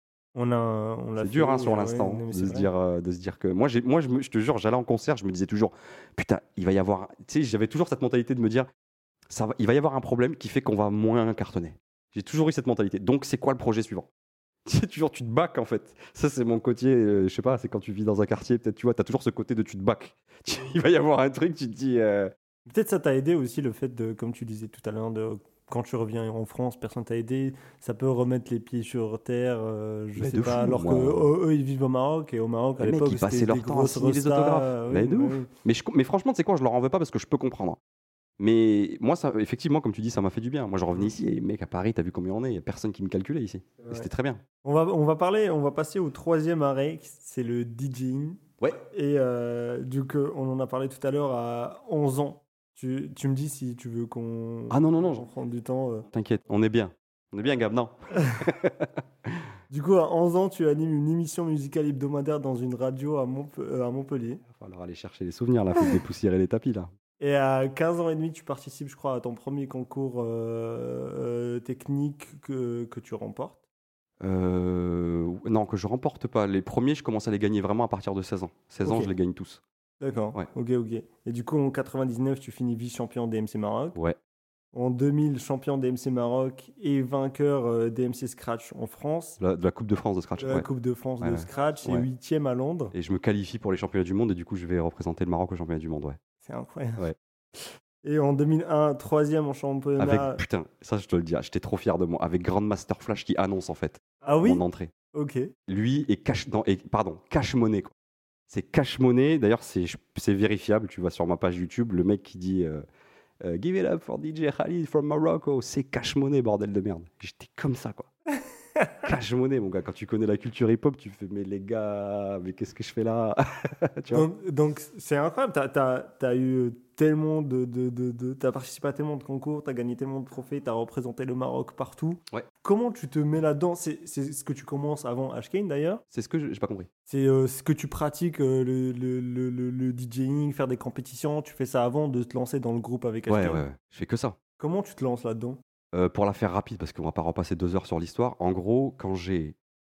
C'est dur sur l'instant de se dire que... Moi, je te jure, j'allais en concert, je me disais toujours, putain, il va y avoir... Tu sais, j'avais toujours cette mentalité de me dire, il va y avoir un problème qui fait qu'on va moins cartonner. J'ai toujours eu cette mentalité. Donc, c'est quoi le projet suivant ? Tu te bacs, en fait. Ça, c'est mon côté, je sais pas, c'est quand tu vis dans un quartier, peut-être, tu vois, t'as toujours ce côté de tu te bacs. Il va y avoir un truc, tu te dis... Peut-être ça t'a aidé aussi, le fait de, comme tu disais tout à l'heure, de... Quand tu reviens en France, personne t'a aidé. Ça peut remettre les pieds sur terre, je sais pas. Alors qu'eux, ils vivent au Maroc. Et au Maroc, à l'époque, ils passaient leur temps à signer les autographes. Mais franchement, tu sais quoi, je leur en veux pas parce que je peux comprendre. Mais moi, ça, effectivement, comme tu dis, ça m'a fait du bien. Moi, je revenais ici et mec, à Paris, t'as vu combien on est ? Il n'y a personne qui me calculait ici. Et c'était très bien. On va passer au troisième arrêt, c'est le DJing. Ouais. Et du coup, on en a parlé tout à l'heure à 11 ans. Tu me dis si tu veux qu'on... Ah non. On prend du temps. T'inquiète, on est bien, Gab, non. Du coup, à 11 ans, tu animes une émission musicale hebdomadaire dans une radio à Montpellier. Il va falloir aller chercher les souvenirs, là, faut dépoussiérer les tapis, là. Et à 15 ans et demi, tu participes, je crois, à ton premier concours technique que tu remportes. Non, que je remporte pas. Les premiers, je commence à les gagner vraiment à partir de 16 ans. 16 ans, je les gagne tous. D'accord, ouais. Ok. Et du coup, en 99, tu finis vice-champion DMC Maroc. Ouais. En 2000, champion DMC Maroc et vainqueur DMC Scratch en France. De la Coupe de France de Scratch. La Coupe de France de Scratch et 8e à Londres. Et je me qualifie pour les championnats du monde et du coup, je vais représenter le Maroc aux championnats du monde, ouais. C'est incroyable. Ouais. Et en 2001, 3e en championnat. Putain, ça je te le dis, j'étais trop fier de moi. Avec Grandmaster Flash qui annonce en fait mon entrée. Ok. Lui et Cash Money, quoi. C'est Cash Money, d'ailleurs c'est vérifiable, tu vas sur ma page YouTube, le mec qui dit Give it up for DJ Khalid from Morocco, c'est Cash Money, bordel de merde. J'étais comme ça, quoi. Cash Money, mon gars, quand tu connais la culture hip-hop, tu fais, mais les gars, mais qu'est-ce que je fais là? Tu vois, donc c'est incroyable, t'as eu tellement t'as participé à tellement de concours, t'as gagné tellement de trophées, t'as représenté le Maroc partout. Ouais. Comment tu te mets là-dedans? C'est ce que tu commences avant Ashkane d'ailleurs? C'est ce que j'ai pas compris. C'est ce que tu pratiques, le DJing, faire des compétitions, tu fais ça avant de te lancer dans le groupe avec Ashkane? Ouais, je fais que ça. Comment tu te lances là-dedans? Pour la faire rapide, parce qu'on va pas repasser 2 heures sur l'histoire. En gros, quand je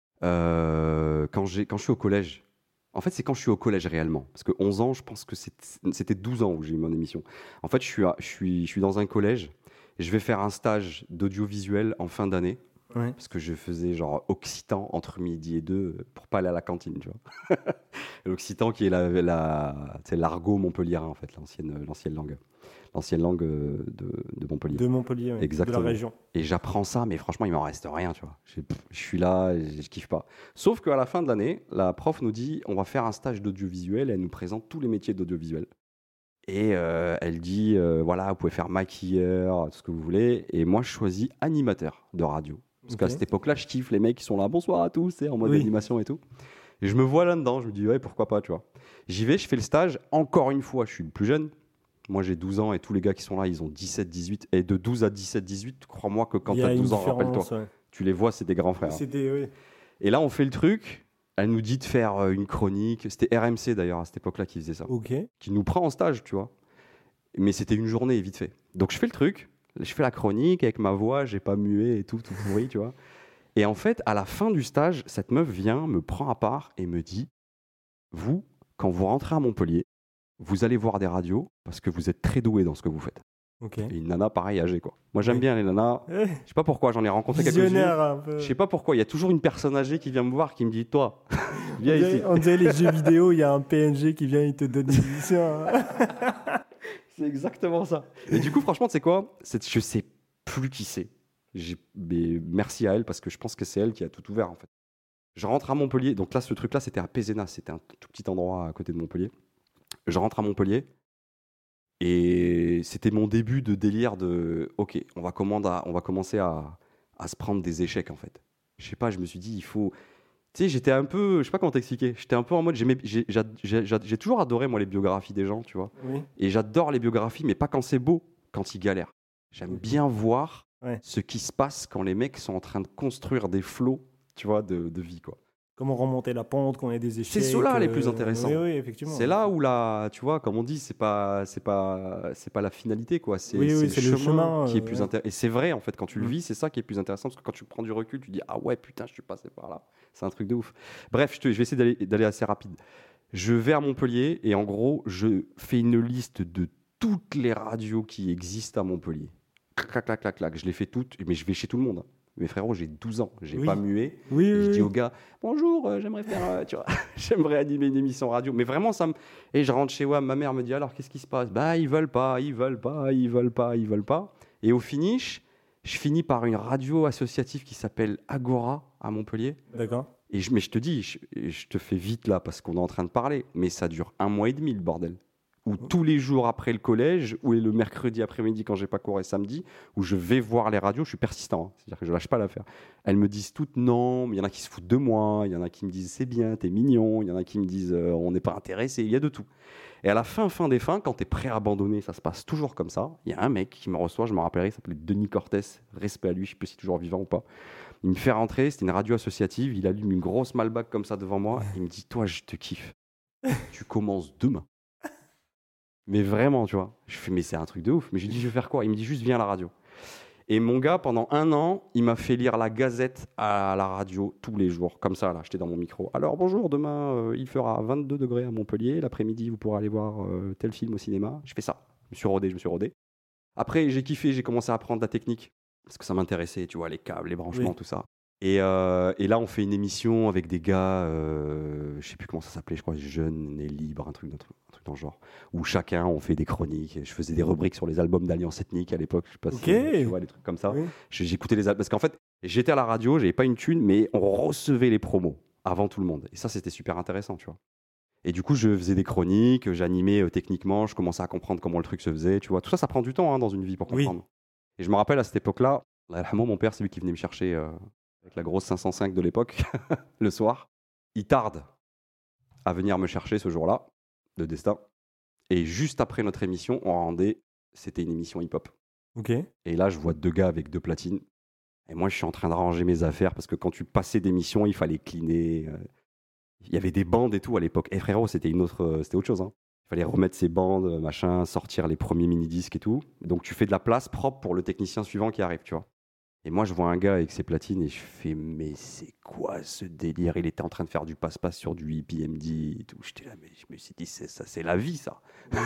suis au collège, en fait, c'est quand je suis au collège réellement. Parce que 11 ans, je pense que c'était 12 ans où j'ai eu mon émission. En fait, je suis dans un collège et je vais faire un stage d'audiovisuel en fin d'année. Ouais. Parce que je faisais genre occitan entre midi et 2 pour pas aller à la cantine, tu vois. L'occitan qui est l'argot montpelliérain, en fait, l'ancienne langue. L'ancienne langue de Montpellier. De Montpellier, oui. Exactement. De la région. Et j'apprends ça, mais franchement, il m'en reste rien, tu vois. Je suis là, je kiffe pas. Sauf qu'à la fin de l'année, la prof nous dit, on va faire un stage d'audiovisuel, et elle nous présente tous les métiers d'audiovisuel. Et elle dit, voilà, vous pouvez faire maquilleur, tout ce que vous voulez. Et moi, je choisis animateur de radio. Parce qu'à cette époque-là, je kiffe les mecs qui sont là, bonsoir à tous, en mode animation et tout. Et je me vois là-dedans, je me dis, ouais, pourquoi pas, tu vois. J'y vais, je fais le stage. Encore une fois, je suis le plus jeune. Moi, j'ai 12 ans et tous les gars qui sont là, ils ont 17, 18. Et de 12 à 17, 18, crois-moi que quand tu as 12 ans, rappelle-toi, tu les vois, c'est des grands frères. Oui. Et là, on fait le truc. Elle nous dit de faire une chronique. C'était RMC, d'ailleurs, à cette époque-là, qui faisait ça. Qui nous prend en stage, tu vois. Mais c'était une journée, vite fait. Donc, je fais le truc. Je fais la chronique avec ma voix, j'ai pas mué et tout pourri, tu vois. Et en fait, à la fin du stage, cette meuf vient, me prend à part et me dit, vous, quand vous rentrez à Montpellier, vous allez voir des radios parce que vous êtes très doués dans ce que vous faites. Ok. Et une nana, pareil, âgée, quoi. Moi, j'aime Oui. bien les nanas. Je sais pas pourquoi, j'en ai rencontré quelques-unes. Visionnaire un peu. Je sais pas pourquoi, il y a toujours une personne âgée qui vient me voir, qui me dit, toi, On viens ici. dirait les jeux vidéo, il y a un PNG qui vient, il te donne une mission. C'est exactement ça. Et du coup, franchement, tu sais quoi? Je sais plus qui c'est. Mais merci à elle, parce que je pense que c'est elle qui a tout ouvert, en fait. Je rentre à Montpellier. Donc là, ce truc-là, c'était à Pézenas. C'était un tout petit endroit à côté de Montpellier. Je rentre à Montpellier. Et c'était mon début de délire de OK, on va commencer à se prendre des échecs, en fait. Je sais pas, je me suis dit, il faut. Tu sais, j'étais un peu. Je sais pas comment t'expliquer. J'étais un peu en mode. J'ai toujours adoré, moi, les biographies des gens, tu vois. Oui. Et j'adore les biographies, mais pas quand c'est beau, quand ils galèrent. J'aime bien voir ce qui se passe quand les mecs sont en train de construire des flots, tu vois, de vie, quoi. Comment remonter la pente, qu'on ait des échecs. C'est ceux-là les plus intéressants. Oui, effectivement. C'est là où tu vois, comme on dit, c'est pas la finalité, quoi. C'est le chemin qui est plus intéressant. Et c'est vrai, en fait, quand tu le vis, c'est ça qui est plus intéressant, parce que quand tu prends du recul, tu dis ah ouais, putain, je suis passé par là. C'est un truc de ouf. Bref, je vais essayer d'aller assez rapide. Je vais à Montpellier et en gros, je fais une liste de toutes les radios qui existent à Montpellier. Clac, clac, clac, clac. Je les fais toutes, mais je vais chez tout le monde. Mais frérot, j'ai 12 ans, j'ai pas mué. Je dis au gars, bonjour, j'aimerais faire, tu vois, j'aimerais animer une émission radio. Mais vraiment, et je rentre chez WAM, ma mère me dit, alors qu'est-ce qui se passe? Bah, ils veulent pas. Et au finish, je finis par une radio associative qui s'appelle Agora à Montpellier. D'accord. Mais je te dis, je te fais vite là parce qu'on est en train de parler, mais ça dure 1 mois et demi le bordel. Ou tous les jours après le collège, ou le mercredi après-midi quand j'ai pas cours et samedi, où je vais voir les radios, je suis persistant, hein. C'est-à-dire que je lâche pas l'affaire. Elles me disent toutes non, mais il y en a qui se foutent de moi, il y en a qui me disent c'est bien, t'es mignon, il y en a qui me disent on n'est pas intéressé, il y a de tout. Et à la fin des fins, quand t'es prêt à abandonner, ça se passe toujours comme ça. Il y a un mec qui me reçoit, je me rappellerai, il s'appelait Denis Cortés, respect à lui, je sais pas s'il est toujours vivant ou pas. Il me fait rentrer, c'était une radio associative, il allume une grosse Malbec comme ça devant moi, il me dit toi je te kiffe, tu commences demain. Mais vraiment, tu vois. Je fais, mais c'est un truc de ouf. Mais je lui dis, je vais faire quoi? Il me dit, juste viens à la radio. Et mon gars, pendant 1 an, il m'a fait lire la Gazette à la radio tous les jours. Comme ça, là, j'étais dans mon micro. Alors, bonjour, demain, il fera 22 degrés à Montpellier. L'après-midi, vous pourrez aller voir tel film au cinéma. Je fais ça. Je me suis rodé. Après, j'ai kiffé, j'ai commencé à apprendre la technique. Parce que ça m'intéressait, tu vois, les câbles, les branchements, tout ça. Et là, on fait une émission avec des gars, je sais plus comment ça s'appelait, je crois, Jeunes et Libres, un truc dans le genre, où chacun, on fait des chroniques. Je faisais des rubriques sur les albums d'Alliance Ethnique à l'époque, je sais pas si tu vois, des trucs comme ça. Oui. J'écoutais les albums, parce qu'en fait, j'étais à la radio, j'avais pas une thune, mais on recevait les promos avant tout le monde. Et ça, c'était super intéressant, tu vois. Et du coup, je faisais des chroniques, j'animais techniquement, je commençais à comprendre comment le truc se faisait, tu vois. Tout ça, ça prend du temps dans une vie pour comprendre. Et je me rappelle à cette époque-là, mon père, c'est lui qui venait me chercher avec la grosse 505 de l'époque, le soir. Il tarde à venir me chercher ce jour-là, de destin. Et juste après notre émission, on rendait, c'était une émission hip-hop. Et là, je vois 2 gars avec 2 platines. Et moi, je suis en train de ranger mes affaires parce que quand tu passais d'émission, il fallait cleaner. Il y avait des bandes et tout à l'époque. Et frérot, c'était autre chose. Hein. Il fallait remettre ces bandes, machin, sortir les premiers mini-disques et tout. Donc, tu fais de la place propre pour le technicien suivant qui arrive, tu vois. Et moi, je vois un gars avec ses platines et je fais, mais c'est quoi ce délire? Il était en train de faire du passe-passe sur du EPMD et tout. J'étais là, mais je me suis dit, c'est la vie, ça.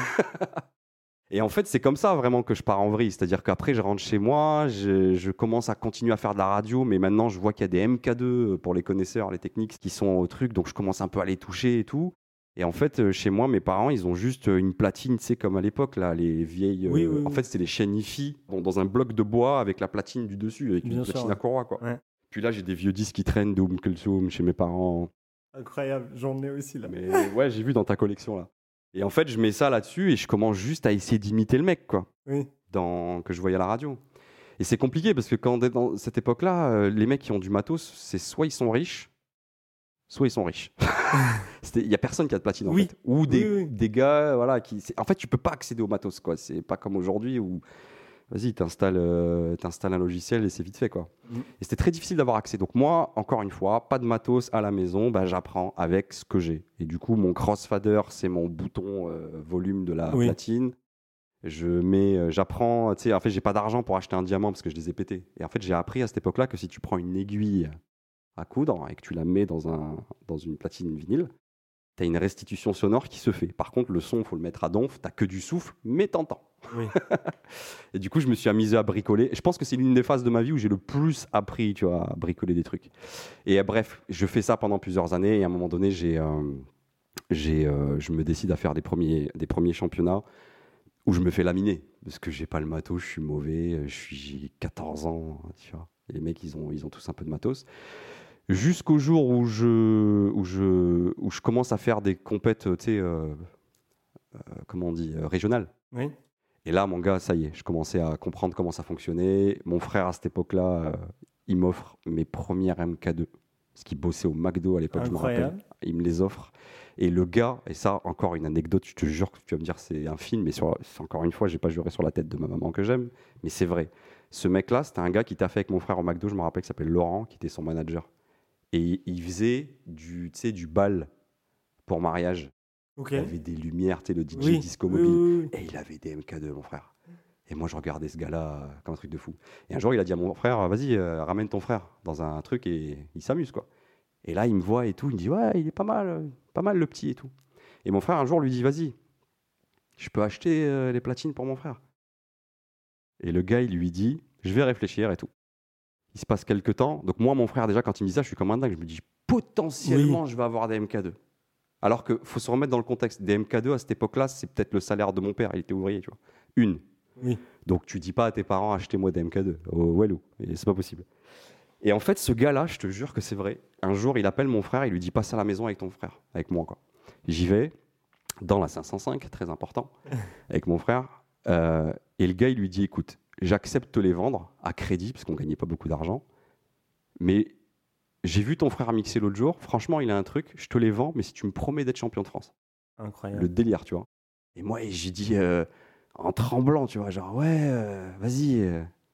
Et en fait, c'est comme ça vraiment que je pars en vrille. C'est-à-dire qu'après, je rentre chez moi, je commence à continuer à faire de la radio, mais maintenant, je vois qu'il y a des MK2 pour les connaisseurs, les techniques qui sont au truc, donc je commence un peu à les toucher et tout. Et en fait, chez moi, mes parents, ils ont juste une platine, tu sais, comme à l'époque, là, les vieilles... En fait, c'était les chaînes hi-fi dans un bloc de bois avec la platine du dessus, avec une platine à courroie, quoi. Ouais. Puis là, j'ai des vieux disques qui traînent de Kulthum chez mes parents. Incroyable, j'en ai aussi, là. Mais ouais, j'ai vu dans ta collection, là. Et en fait, je mets ça là-dessus et je commence juste à essayer d'imiter le mec, quoi, que je voyais à la radio. Et c'est compliqué parce que quand on est dans cette époque-là, les mecs qui ont du matos, c'est soit ils sont riches, soit ils sont riches. Il y a personne qui a de platine en fait. Ou des gars, voilà, en fait, tu peux pas accéder au matos, quoi. C'est pas comme aujourd'hui où, vas-y, t'installes un logiciel et c'est vite fait, quoi. Et c'était très difficile d'avoir accès. Donc moi, encore une fois, pas de matos à la maison, j'apprends avec ce que j'ai. Et du coup, mon crossfader, c'est mon bouton volume de la platine. J'apprends, tu sais, en fait, j'ai pas d'argent pour acheter un diamant parce que je les ai pétés. Et en fait, j'ai appris à cette époque-là que si tu prends une aiguille à coudre et que tu la mets dans une platine vinyle, tu as une restitution sonore qui se fait. Par contre, le son, il faut le mettre à donf, tu n'as que du souffle, mais t'entends. Oui. Et du coup, je me suis amusé à bricoler. Je pense que c'est l'une des phases de ma vie où j'ai le plus appris, tu vois, à bricoler des trucs. Et bref, je fais ça pendant plusieurs années. Et à un moment donné, je me décide à faire des premiers championnats où je me fais laminer. Parce que j'ai pas le matos, je suis mauvais, j'ai 14 ans, tu vois. Et les mecs, ils ont tous un peu de matos. Jusqu'au jour où je commence à faire des compètes, tu sais, comment on dit, régionales. Oui. Et là, mon gars, ça y est, je commençais à comprendre comment ça fonctionnait. Mon frère, à cette époque-là, il m'offre mes premières MK2. Parce qu'il bossait au McDo à l'époque, je me rappelle. Il me les offre. Et le gars, et ça, encore une anecdote, je te jure que tu vas me dire c'est un film, mais encore une fois, je n'ai pas juré sur la tête de ma maman que j'aime, mais c'est vrai. Ce mec-là, c'était un gars qui t'a fait avec mon frère au McDo, je me rappelle, qui s'appelle Laurent, qui était son manager. Et il faisait du bal pour mariage. Okay. Il avait des lumières, tu sais, le DJ disco mobile. Oui. Et il avait des MK2, mon frère. Et moi, je regardais ce gars-là comme un truc de fou. Et un jour, il a dit à mon frère, vas-y, ramène ton frère dans un truc et il s'amuse, quoi. Et là, il me voit et tout. Il me dit, ouais, il est pas mal le petit et tout. Et mon frère, un jour, lui dit, vas-y, je peux acheter les platines pour mon frère. Et le gars, il lui dit, je vais réfléchir et tout. Il se passe quelques temps. Donc moi, mon frère, déjà, quand il me dit ça, je suis comme un dingue. Je me dis, potentiellement, je vais avoir des MK2. Alors qu'il faut se remettre dans le contexte. Des MK2, à cette époque-là, c'est peut-être le salaire de mon père. Il était ouvrier, tu vois. Une. Oui. Donc tu dis pas à tes parents, achetez-moi des MK2. Oh, Walou. Et c'est pas possible. Et en fait, ce gars-là, je te jure que c'est vrai. Un jour, il appelle mon frère, il lui dit, passe à la maison avec ton frère, avec moi, quoi. J'y vais, dans la 505, très important, avec mon frère. Et le gars, il lui dit, écoute, j'accepte de te les vendre à crédit, parce qu'on gagnait pas beaucoup d'argent. Mais j'ai vu ton frère mixer l'autre jour. Franchement, il a un truc, je te les vends, mais si tu me promets d'être champion de France. Incroyable. Le délire, tu vois. Et moi, j'ai dit, en tremblant, tu vois, genre, ouais, vas-y,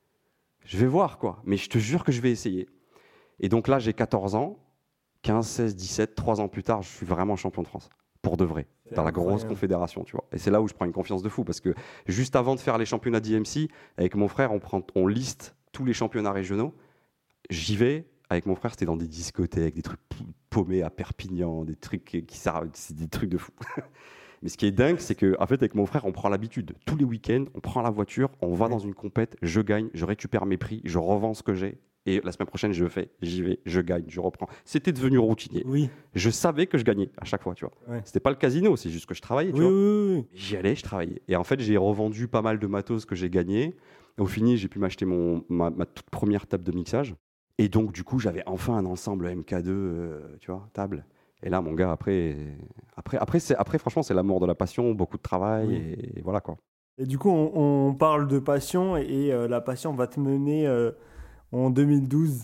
je vais voir, quoi. Mais je te jure que je vais essayer. Et donc là, j'ai 14 ans, 15, 16, 17, 3 ans plus tard, je suis vraiment champion de France. Pour de vrai. C'est dans la grosse confédération, tu vois. Et c'est là où je prends une confiance de fou, parce que juste avant de faire les championnats d'IMC, avec mon frère, on liste tous les championnats régionaux. J'y vais. Avec mon frère, c'était dans des discothèques, des trucs paumés à Perpignan, des trucs c'est des trucs de fou. Mais ce qui est dingue, c'est qu'en fait, avec mon frère, on prend l'habitude. Tous les week-ends, on prend la voiture, on va dans une compète, je gagne, je récupère mes prix, je revends ce que j'ai. Et la semaine prochaine, j'y vais, je gagne, je reprends. C'était devenu routinier. Oui. Je savais que je gagnais à chaque fois, tu vois. Ouais. C'était pas le casino, c'est juste que je travaillais, tu vois. Oui. J'y allais, je travaillais. Et en fait, j'ai revendu pas mal de matos que j'ai gagné. Au fini, j'ai pu m'acheter ma toute première table de mixage. Et donc, du coup, j'avais enfin un ensemble MK2, tu vois, table. Et là, mon gars, après franchement, c'est l'amour de la passion, beaucoup de travail, et voilà, quoi. Et du coup, on parle de passion, et la passion va te mener en 2012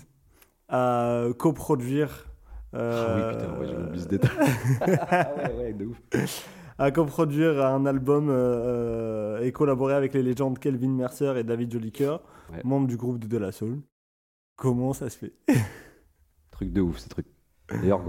à coproduire. Ah oui, putain, ouais, j'ai oublié ce détail. ouais, de ouf. À coproduire un album et collaborer avec les légendes Kelvin Mercer et David Jolicoeur, membres du groupe de La Soul. Comment ça se fait? Truc de ouf, ce truc. D'ailleurs,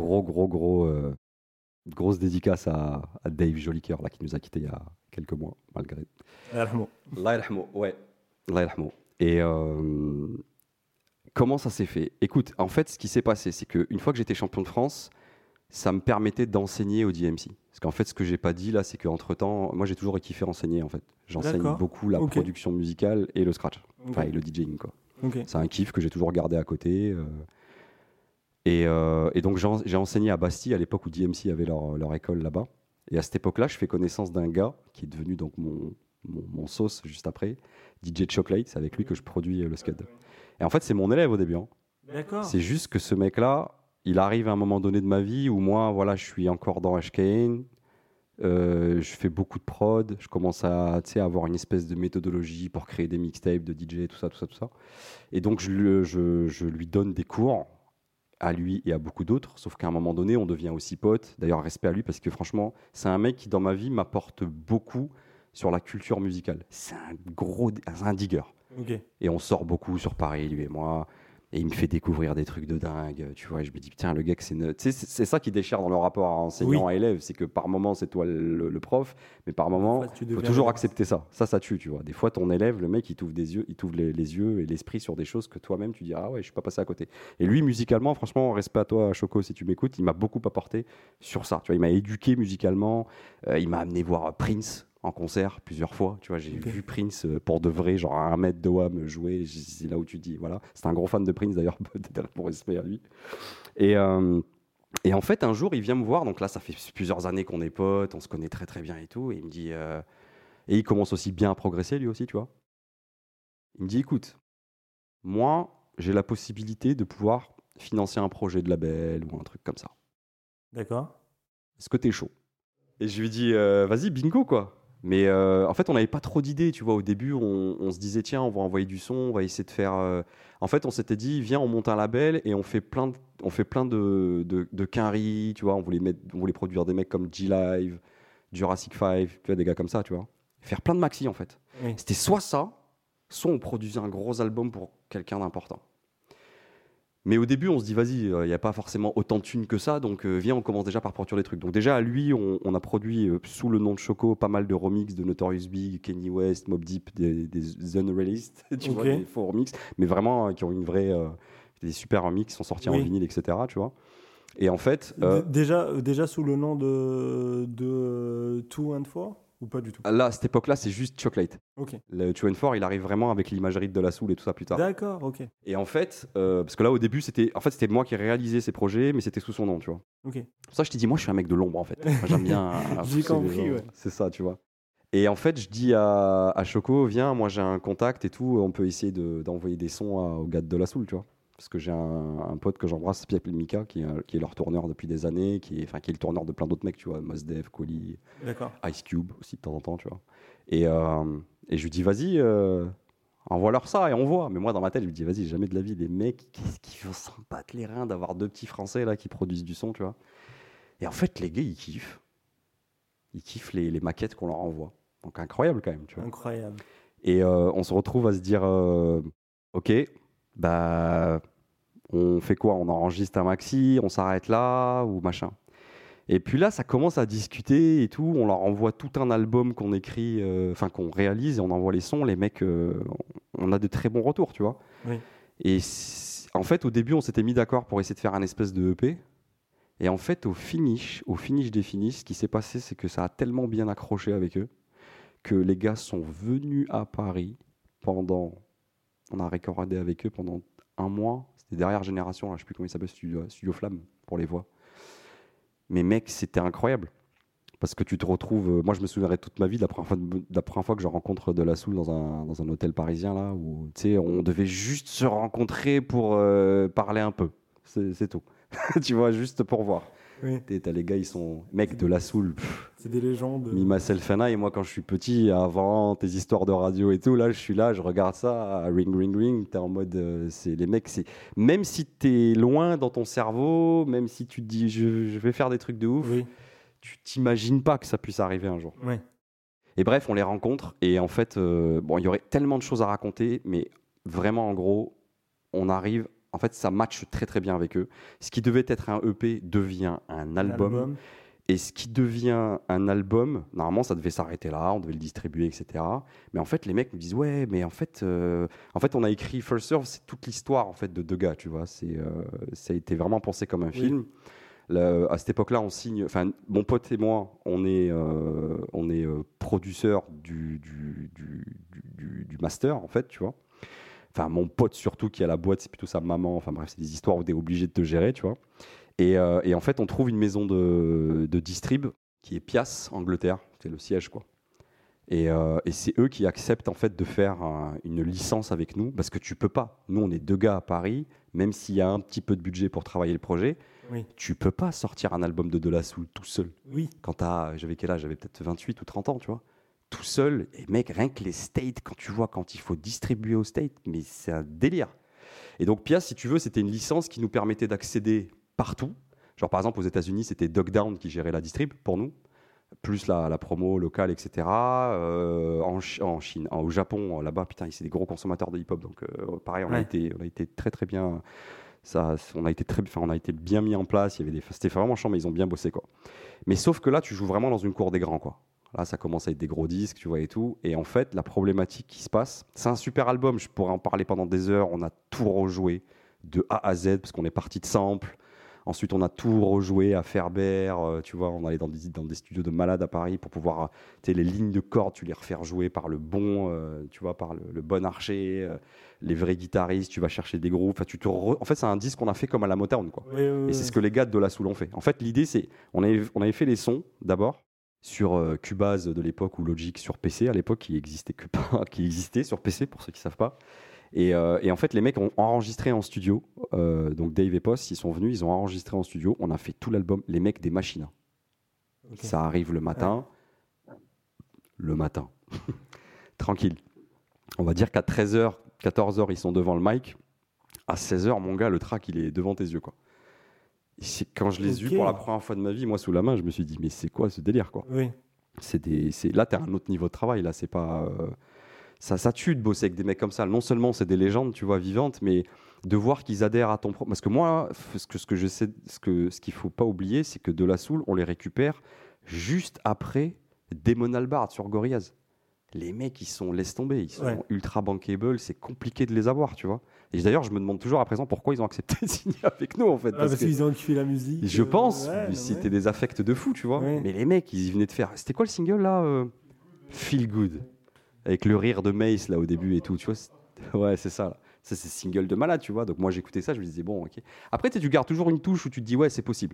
grosse dédicace à Dave Jolicoeur, là, qui nous a quittés il y a quelques mois, malgré. Allah yarhamou, ouais. Allah yarhamou. Et comment ça s'est fait? Écoute, en fait, ce qui s'est passé, c'est qu'une fois que j'étais champion de France, ça me permettait d'enseigner au DMC. Parce qu'en fait, ce que j'ai pas dit là, c'est qu'entre-temps, moi j'ai toujours kiffé enseigner, en fait. J'enseigne beaucoup la production musicale et le scratch, enfin, et le DJing, quoi. C'est un kiff que j'ai toujours gardé à côté. Et donc j'ai enseigné à Bastille à l'époque où DMC avait leur école là-bas. Et à cette époque-là, je fais connaissance d'un gars qui est devenu donc mon sauce juste après, DJ Chocolate. C'est avec lui que je produis le Scud. Et en fait, c'est mon élève au début. Hein. D'accord. C'est juste que ce mec-là, il arrive à un moment donné de ma vie où moi, voilà, je suis encore dans HKN. Je fais beaucoup de prod, je commence à avoir une espèce de méthodologie pour créer des mixtapes de DJ, tout ça. Et donc je lui donne des cours, à lui et à beaucoup d'autres, sauf qu'à un moment donné, on devient aussi potes. D'ailleurs, respect à lui, parce que franchement, c'est un mec qui, dans ma vie, m'apporte beaucoup sur la culture musicale. C'est un digger. Et on sort beaucoup sur Paris, lui et moi. Et il me fait découvrir des trucs de dingue, tu vois. Et je me dis, putain, le gars, c'est ça qui déchire dans le rapport à enseignant à élève. C'est que par moment, c'est toi le prof, mais par moment, il faut toujours accepter ça. Ça tue, tu vois. Des fois, ton élève, le mec, il t'ouvre des yeux, il t'ouvre les yeux et l'esprit sur des choses que toi-même, tu dis, ah ouais, je suis pas passé à côté. Et lui, musicalement, franchement, respect à toi, Choco, si tu m'écoutes, il m'a beaucoup apporté sur ça. Tu vois, il m'a éduqué musicalement. Il m'a amené voir Prince en concert plusieurs fois, tu vois, j'ai vu Prince pour de vrai, genre à 1 mètre de WAM jouer, c'est là où tu dis, voilà, c'est un gros fan de Prince d'ailleurs, pour respect à lui. Et en fait, un jour, il vient me voir, donc là, ça fait plusieurs années qu'on est potes, on se connaît très très bien et tout, et il me dit, et il commence aussi bien à progresser lui aussi, tu vois. Il me dit, écoute, moi, j'ai la possibilité de pouvoir financer un projet de label ou un truc comme ça. D'accord. Est-ce que t'es chaud? Et je lui dis, vas-y, bingo, quoi. Mais en fait, on n'avait pas trop d'idées, tu vois. Au début, on se disait, tiens, on va envoyer du son, on va essayer de faire... En fait, on s'était dit, viens, on monte un label et on fait plein de quinries, tu vois. On voulait produire des mecs comme G-Live, Jurassic 5, tu vois, des gars comme ça, tu vois. Faire plein de maxi, en fait. Oui. C'était soit ça, soit on produisait un gros album pour quelqu'un d'important. Mais au début, on se dit, vas-y, il n'y a pas forcément autant de thunes que ça, donc viens, on commence déjà par produire des trucs. Donc déjà, à lui, on a produit, sous le nom de Choco, pas mal de remix de Notorious Big, Kanye West, Mobb Deep, des unreleased, tu vois, des faux remix, mais vraiment qui ont une vraie... des super remix qui sont sortis en vinyle, etc., tu vois. Et en fait... Déjà sous le nom de 2 and 4 ou pas du tout? Là, à cette époque-là, c'est juste Chocolate. Ok. Le 2 and 4, il arrive vraiment avec l'imagerie de De La Soul et tout ça plus tard. D'accord, ok. Et en fait, parce que là, au début, c'était moi qui réalisais ces projets, mais c'était sous son nom, tu vois. Ok. Pour ça, je t'ai dit, moi, je suis un mec de l'ombre, en fait. Moi, j'aime bien... J'ai compris, ouais. C'est ça, tu vois. Et en fait, je dis à Choco, viens, moi, j'ai un contact et tout, on peut essayer d'envoyer des sons aux gars de La Soul, tu vois. Parce que j'ai un pote que j'embrasse, Pierre Mika, qui est leur tourneur depuis des années, qui est le tourneur de plein d'autres mecs, tu vois, Mos Def, Koli, Ice Cube aussi de temps en temps, tu vois. Et je lui dis, vas-y, envoie-leur ça et on voit. Mais moi, dans ma tête, je lui dis, vas-y, jamais de la vie, des mecs, qu'est-ce qui vont s'en battre les reins d'avoir 2 petits Français là qui produisent du son, tu vois. Et en fait, les gars, ils kiffent. Ils kiffent les maquettes qu'on leur envoie. Donc incroyable quand même, tu vois. Incroyable. Et on se retrouve à se dire, ok, bah, on fait quoi? On enregistre un maxi, on s'arrête là ou machin. Et puis là, ça commence à discuter et tout. On leur envoie tout un album qu'on écrit, qu'on réalise et on envoie les sons. Les mecs, on a de très bons retours, tu vois. Oui. Et en fait, au début, on s'était mis d'accord pour essayer de faire un espèce de EP. Et en fait, au finish des finishes, ce qui s'est passé, c'est que ça a tellement bien accroché avec eux que les gars sont venus à Paris on a recordé avec eux pendant 1 mois. C'était Derrière Génération, là, je sais plus comment il s'appelle, Studio Flamme, pour les voix. Mais mec, c'était incroyable. Parce que tu te retrouves... moi, je me souviendrai toute ma vie de la première fois que je rencontre De La Soul dans un hôtel parisien, là, où, tu sais, on devait juste se rencontrer pour parler un peu. C'est tout. Tu vois, juste pour voir. Oui. T'as les gars, ils sont... Mec, De La Soul... C'est des légendes. Mima Selfana, et moi, quand je suis petit, avant tes histoires de radio et tout, là, je suis là, je regarde ça, ring, ring, ring, t'es en mode... c'est les mecs, c'est... Même si t'es loin dans ton cerveau, même si tu te dis, je vais faire des trucs de ouf... Oui. Tu t'imagines pas que ça puisse arriver un jour. Ouais. Et bref, on les rencontre et en fait, il y aurait tellement de choses à raconter, mais vraiment, en gros, on arrive. En fait, ça matche très très bien avec eux. Ce qui devait être un EP devient un album. Et ce qui devient un album, normalement, ça devait s'arrêter là, on devait le distribuer, etc. Mais en fait, les mecs me disent, ouais, mais en fait, on a écrit First Serve, c'est toute l'histoire en fait de 2 gars, tu vois. Ça a été vraiment pensé comme un film. À cette époque-là, on signe. Enfin, mon pote et moi, on est producteurs du master, en fait, tu vois. Enfin, mon pote surtout qui a la boîte, c'est plutôt sa maman. Enfin bref, c'est des histoires où tu es obligé de te gérer, tu vois. Et en fait, on trouve une maison de distrib qui est Pias, Angleterre. C'est le siège, quoi. Et c'est eux qui acceptent en fait de faire une licence avec nous parce que tu peux pas. Nous, on est 2 gars à Paris, même s'il y a un petit peu de budget pour travailler le projet. Oui. Tu peux pas sortir un album de La Soul tout seul. Oui. J'avais quel âge? J'avais peut-être 28 ou 30 ans, tu vois. Tout seul. Et mec, rien que les States, quand il faut distribuer aux States, mais c'est un délire. Et donc, Pias, si tu veux, c'était une licence qui nous permettait d'accéder partout. Genre, par exemple, aux États-Unis, c'était Dogdown qui gérait la distrib pour nous. plus la promo locale, etc. En Chine, au Japon, là-bas, putain, c'est des gros consommateurs de hip-hop. Donc, pareil, on a été très, très bien. On a été bien mis en place. C'était vraiment chiant, mais ils ont bien bossé, quoi. Mais sauf que là, tu joues vraiment dans une cour des grands, quoi. Là, ça commence à être des gros disques, tu vois, et tout. Et en fait, la problématique qui se passe, c'est un super album. Je pourrais en parler pendant des heures. On a tout rejoué de A à Z parce qu'on est parti de samples. Ensuite, on a tout rejoué à Ferber, tu vois, on allait dans des studios de malades à Paris pour pouvoir, tu sais, les lignes de cordes, tu les refaire jouer par le bon, tu vois, par le bon archer, les vrais guitaristes, tu vas chercher des grooves. En fait, c'est un disque qu'on a fait comme à la Motown, quoi. Oui. Et c'est ce que les gars de De La Soul ont fait. En fait, l'idée, c'est, on avait fait les sons d'abord sur Cubase de l'époque ou Logic sur PC à l'époque, qui existait sur PC pour ceux qui savent pas. Et en fait, les mecs ont enregistré en studio. Donc Dave et Post, ils sont venus, ils ont enregistré en studio. On a fait tout l'album. Les mecs des machines. Okay. Ça arrive le matin. Ouais. Le matin. Tranquille. On va dire qu'à 13h, 14h, ils sont devant le mic. À 16h, mon gars, le track, il est devant tes yeux, quoi. Et quand je les ai eus pour la première fois de ma vie, moi, sous la main, je me suis dit, mais c'est quoi ce délire, quoi. Oui. Là, t'es à un autre niveau de travail. Là, c'est pas... Ça tue de bosser avec des mecs comme ça. Non seulement c'est des légendes, tu vois, vivantes, mais de voir qu'ils adhèrent à ton propre. Parce que moi, ce qu'il faut pas oublier, c'est que De La Soul, on les récupère juste après Damon Albarn sur Gorillaz. Les mecs, laisse tomber, ils sont ultra bankable, c'est compliqué de les avoir, tu vois. Et d'ailleurs, je me demande toujours à présent pourquoi ils ont accepté de signer avec nous, en fait. Parce qu'ils ont kiffé la musique. Je pense, c'était des affects de fou, tu vois. Ouais. Mais les mecs, ils venaient de faire. C'était quoi le single là Feel Good. Avec le rire de Mace là au début et tout, tu vois. Ouais, c'est ça. Là. Ça, c'est single de malade, tu vois. Donc moi, j'écoutais ça, je me disais, bon, ok. Après, tu gardes toujours une touche où tu te dis, ouais, c'est possible.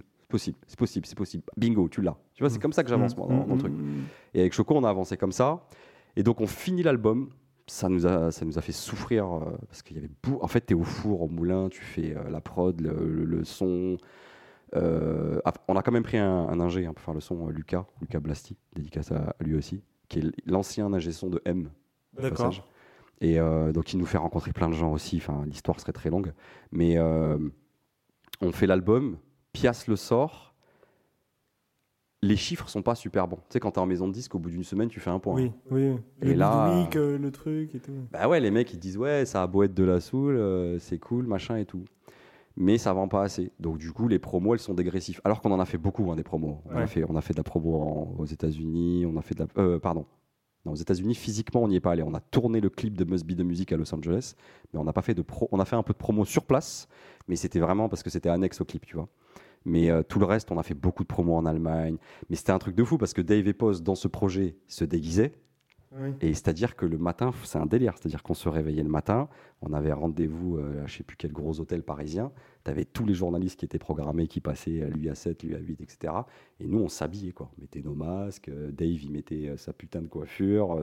Bingo, tu l'as. Tu vois, c'est comme ça que j'avance, moi, dans le truc. Et avec Choco, on a avancé comme ça. Et donc, on finit l'album. Ça nous a fait souffrir parce qu'il y avait en fait, t'es au four, au moulin, tu fais la prod, le son. On a quand même pris un ingé pour faire le son, Lucas Blasti, dédicace à lui aussi, qui est l'ancien ingé son de M. D'accord. Et donc il nous fait rencontrer plein de gens aussi. Enfin, l'histoire serait très longue, mais on fait l'album. Pias le sort. Les chiffres sont pas super bons. Tu sais, quand t'es en maison de disque, au bout d'une semaine, tu fais un point. Oui. Et là, le truc et tout. Bah ouais, les mecs ils disent ouais, ça a beau être De La Soul, c'est cool, machin et tout. Mais ça vend pas assez. Donc du coup, les promos, elles sont dégressives. Alors qu'on en a fait beaucoup, des promos. On a fait de la promo aux États-Unis. On a fait de la, Non, aux États-Unis, physiquement, on n'y est pas allé. On a tourné le clip de Must Be the Music à Los Angeles, mais on n'a pas fait on a fait un peu de promo sur place, mais c'était vraiment parce que c'était annexe au clip, tu vois. Mais tout le reste, on a fait beaucoup de promos en Allemagne. Mais c'était un truc de fou parce que Dave et Post, dans ce projet, se déguisaient. Oui. Et c'est-à-dire que le matin, c'est un délire. C'est-à-dire qu'on se réveillait le matin, on avait rendez-vous à je ne sais plus quel gros hôtel parisien. Tu avais tous les journalistes qui étaient programmés, qui passaient lui à 7, lui à 8, etc. Et nous, on s'habillait, quoi. On mettait nos masques. Dave, il mettait sa putain de coiffure.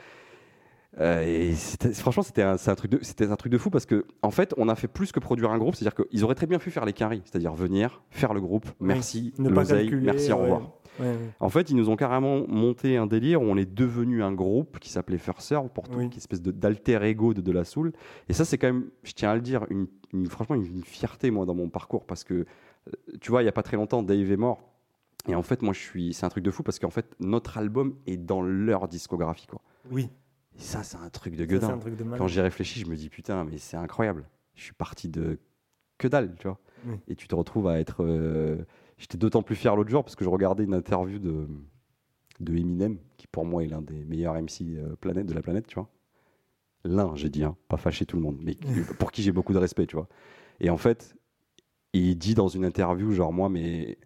Et franchement, c'était un truc de fou parce que en fait, on a fait plus que produire un groupe. C'est-à-dire qu'ils auraient très bien pu faire les quinries, c'est-à-dire venir, faire le groupe, merci, l'oseille, merci, au revoir. En fait, ils nous ont carrément monté un délire où on est devenu un groupe qui s'appelait First Serve, pour tout, une espèce d'alter ego de La Soul. Et ça, c'est quand même, je tiens à le dire, franchement, une fierté, moi, dans mon parcours, parce que, tu vois, il n'y a pas très longtemps, Dave est mort. Et en fait, c'est un truc de fou parce qu'en fait, notre album est dans leur discographie, quoi. Oui. Et ça, c'est un truc de gueudin. Quand j'y réfléchis, je me dis, putain, mais c'est incroyable. Je suis parti de que dalle, tu vois. Oui. Et tu te retrouves à être... J'étais d'autant plus fier l'autre jour parce que je regardais une interview de Eminem, qui pour moi est l'un des meilleurs MC de la planète, tu vois. L'un, j'ai dit, pas fâcher tout le monde, mais pour qui j'ai beaucoup de respect, tu vois. Et en fait, il dit dans une interview, genre, moi, mais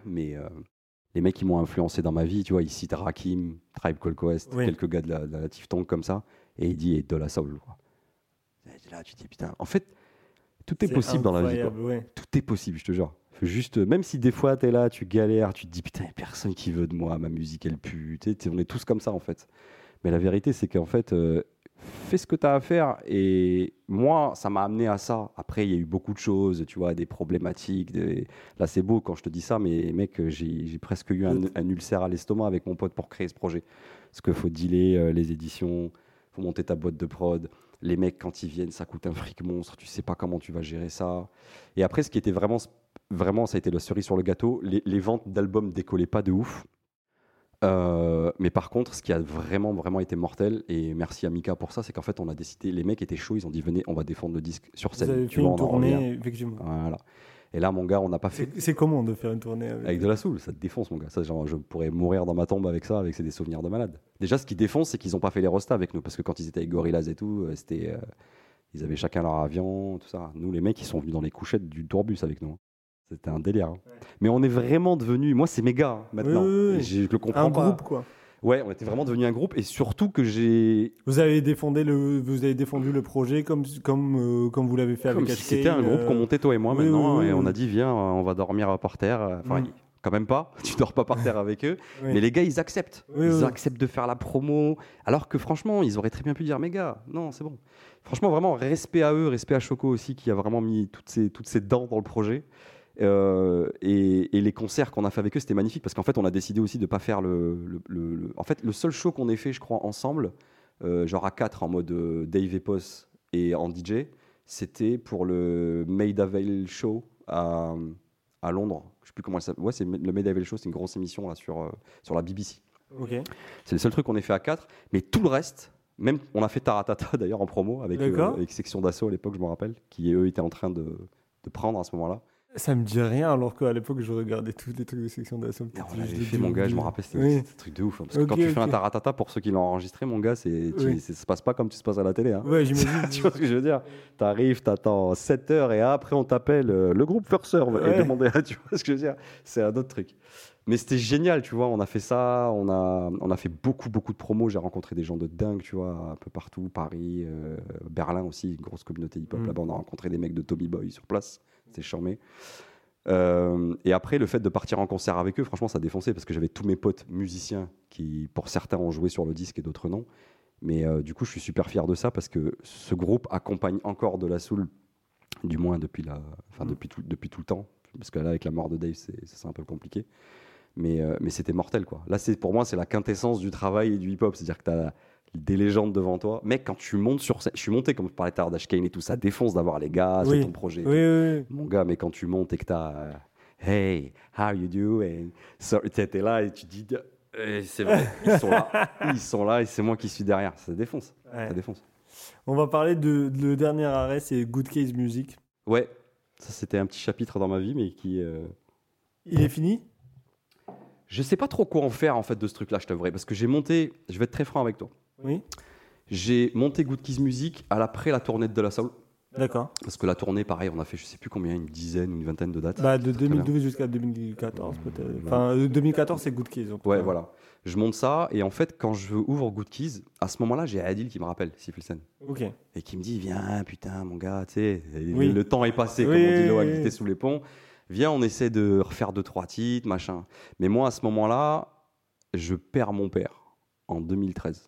les mecs qui m'ont influencé dans ma vie, tu vois, il cite Rakim, Tribe Called Quest, quelques gars de la Tifton comme ça, et il dit De La Soul, quoi. Et là, tu te dis, putain, en fait, tout est possible dans la vie, quoi. Ouais. Tout est possible, je te jure. Juste, même si des fois t'es là, tu galères, tu te dis putain, il n'y a personne qui veut de moi, ma musique elle pue. On est tous comme ça en fait. Mais la vérité, c'est qu'en fait, fais ce que tu as à faire. Et moi, ça m'a amené à ça. Après, il y a eu beaucoup de choses, tu vois, des problématiques. Là, c'est beau quand je te dis ça, mais mec, j'ai presque eu un ulcère à l'estomac avec mon pote pour créer ce projet. Parce qu'il faut dealer les éditions, faut monter ta boîte de prod. Les mecs, quand ils viennent, ça coûte un fric monstre. Tu sais pas comment tu vas gérer ça. Et après, ce qui était vraiment, ça a été la cerise sur le gâteau. Les ventes d'albums décollaient pas de ouf. Mais par contre, ce qui a vraiment été mortel, et merci à Mika pour ça, c'est qu'en fait, on a décidé, les mecs étaient chauds, ils ont dit venez, on va défendre le disque sur Vous scène. avez Tu fait vois, une on en revient. tournée, effectivement. Voilà. Et là, mon gars, on n'a pas fait. C'est comment de faire une tournée Avec de la soul, ça te défonce, mon gars. Ça, genre, je pourrais mourir dans ma tombe avec ça, c'est des souvenirs de malade. Déjà, ce qui défonce, c'est qu'ils n'ont pas fait les rostas avec nous, parce que quand ils étaient avec Gorillaz et tout, ils avaient chacun leur avion, tout ça. Nous, les mecs, ils sont venus dans les couchettes du tourbus avec nous. C'était un délire. Hein. Ouais. Mais on est vraiment devenus. Moi, c'est mes gars maintenant. Oui. Je le comprends pas. Un groupe, quoi. Ouais, on était vraiment devenus un groupe, et surtout que j'ai. Vous avez défendu le projet comme vous l'avez fait avec HK. C'était un groupe qu'on montait toi et moi maintenant, et on a dit viens, on va dormir par terre. Enfin, quand même pas. Tu dors pas par terre avec eux. Mais les gars, ils acceptent. Ils acceptent de faire la promo, alors que franchement, ils auraient très bien pu dire mes gars, non, c'est bon. Franchement, vraiment respect à eux, respect à Choco aussi qui a vraiment mis toutes ses dents dans le projet. Et les concerts qu'on a fait avec eux, c'était magnifique parce qu'en fait, on a décidé aussi de pas faire En fait, le seul show qu'on ait fait, je crois, ensemble, genre à 4 en mode Dave Epos et en DJ, c'était pour le Maid Avail Show à Londres. Je sais plus comment ça s'appelle. Ouais, c'est le Maid Avail Show, c'est une grosse émission là sur la BBC. Okay. C'est le seul truc qu'on ait fait à 4, mais tout le reste. Même, on a fait Taratata d'ailleurs en promo avec Section d'Assaut à l'époque, je me rappelle, qui eux étaient en train de prendre à ce moment-là. Ça me dit rien, alors qu'à l'époque, je regardais tous les trucs de Section d'Assaut. On l'avait fait, mon gars, je me rappelle, c'était un truc de ouf. Hein, parce que quand tu fais un Taratata, pour ceux qui l'ont enregistré, mon gars, ça se passe pas comme tu se passes à la télé. Hein. Ouais, j'imagine. Tu vois ce que je veux dire? T'arrives, t'attends 7 heures et après, on t'appelle le groupe First Serve et demander, tu vois ce que je veux dire? C'est un autre truc. Mais c'était génial, tu vois, on a fait ça, on a fait beaucoup de promos, j'ai rencontré des gens de dingue, tu vois, un peu partout, Paris, Berlin aussi, une grosse communauté hip-hop là-bas, on a rencontré des mecs de Tommy Boy sur place, c'était charmé. Et après, le fait de partir en concert avec eux, franchement, ça a défoncé parce que j'avais tous mes potes musiciens qui, pour certains, ont joué sur le disque et d'autres non. Mais du coup, je suis super fier de ça parce que ce groupe accompagne encore de la soul, du moins depuis tout le temps. Parce que là, avec la mort de Dave, c'est un peu compliqué. Mais c'était mortel, quoi. Là, pour moi, c'est la quintessence du travail et du hip-hop. C'est-à-dire que tu as des légendes devant toi. Mec, quand tu montes sur scène, je suis monté, comme je parlais tout à l'heure d'Ashkane et tout, ça défonce d'avoir les gars sur ton projet. Oui. Mon gars, mais quand tu montes et que tu as Hey, how you doing? So, t'es là et tu dis c'est vrai, ils sont là et c'est moi qui suis derrière. Ça défonce. Ouais. Ça défonce. On va parler de le dernier arrêt, c'est Good Case Music. Ouais, ça c'était un petit chapitre dans ma vie, mais qui. Il est fini? Je sais pas trop quoi en faire en fait de ce truc-là, je t'avouerai, parce que j'ai monté. Je vais être très franc avec toi. Oui. J'ai monté Good Case Music après la tournée de la Soul. D'accord. Parce que la tournée, pareil, on a fait je sais plus combien, une dizaine ou une vingtaine de dates. De 2012 jusqu'à 2014 peut-être. Enfin, 2014 c'est Good Case. Ouais, voilà. Je monte ça et en fait, quand je ouvre Good Keys, à ce moment-là, j'ai Adil qui me rappelle, Sifilsen. Ok. Et qui me dit viens, putain, mon gars, tu sais, le temps est passé, comme on dit, l'eau a glissé sous les ponts. Viens, on essaie de refaire 2-3 titres, machin. Mais moi, à ce moment-là, je perds mon père en 2013.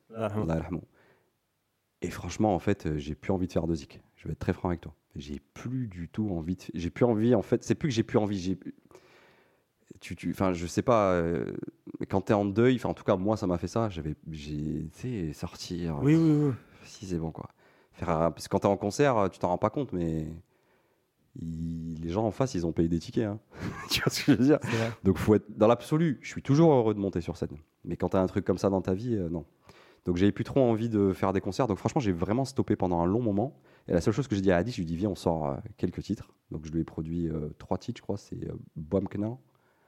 Et franchement, en fait, j'ai plus envie de faire de zik. Je vais être très franc avec toi. J'ai plus du tout envie. J'ai plus envie. En fait, c'est plus que j'ai plus envie. Enfin, je sais pas. Quand t'es en deuil, enfin, en tout cas, moi, ça m'a fait ça. J'ai sortir. Oui. Si c'est bon, quoi. Parce que quand t'es en concert, tu t'en rends pas compte, mais les gens en face, ils ont payé des tickets. Hein. Tu vois ce que je veux dire? Donc, faut être dans l'absolu. Je suis toujours heureux de monter sur scène. Mais quand t'as un truc comme ça dans ta vie, non. Donc j'avais plus trop envie de faire des concerts. Donc franchement, j'ai vraiment stoppé pendant un long moment. Et la seule chose que j'ai dit à Adi, je lui ai dit viens, on sort quelques titres. Donc je lui ai produit 3 titres, je crois. C'est Boamkna,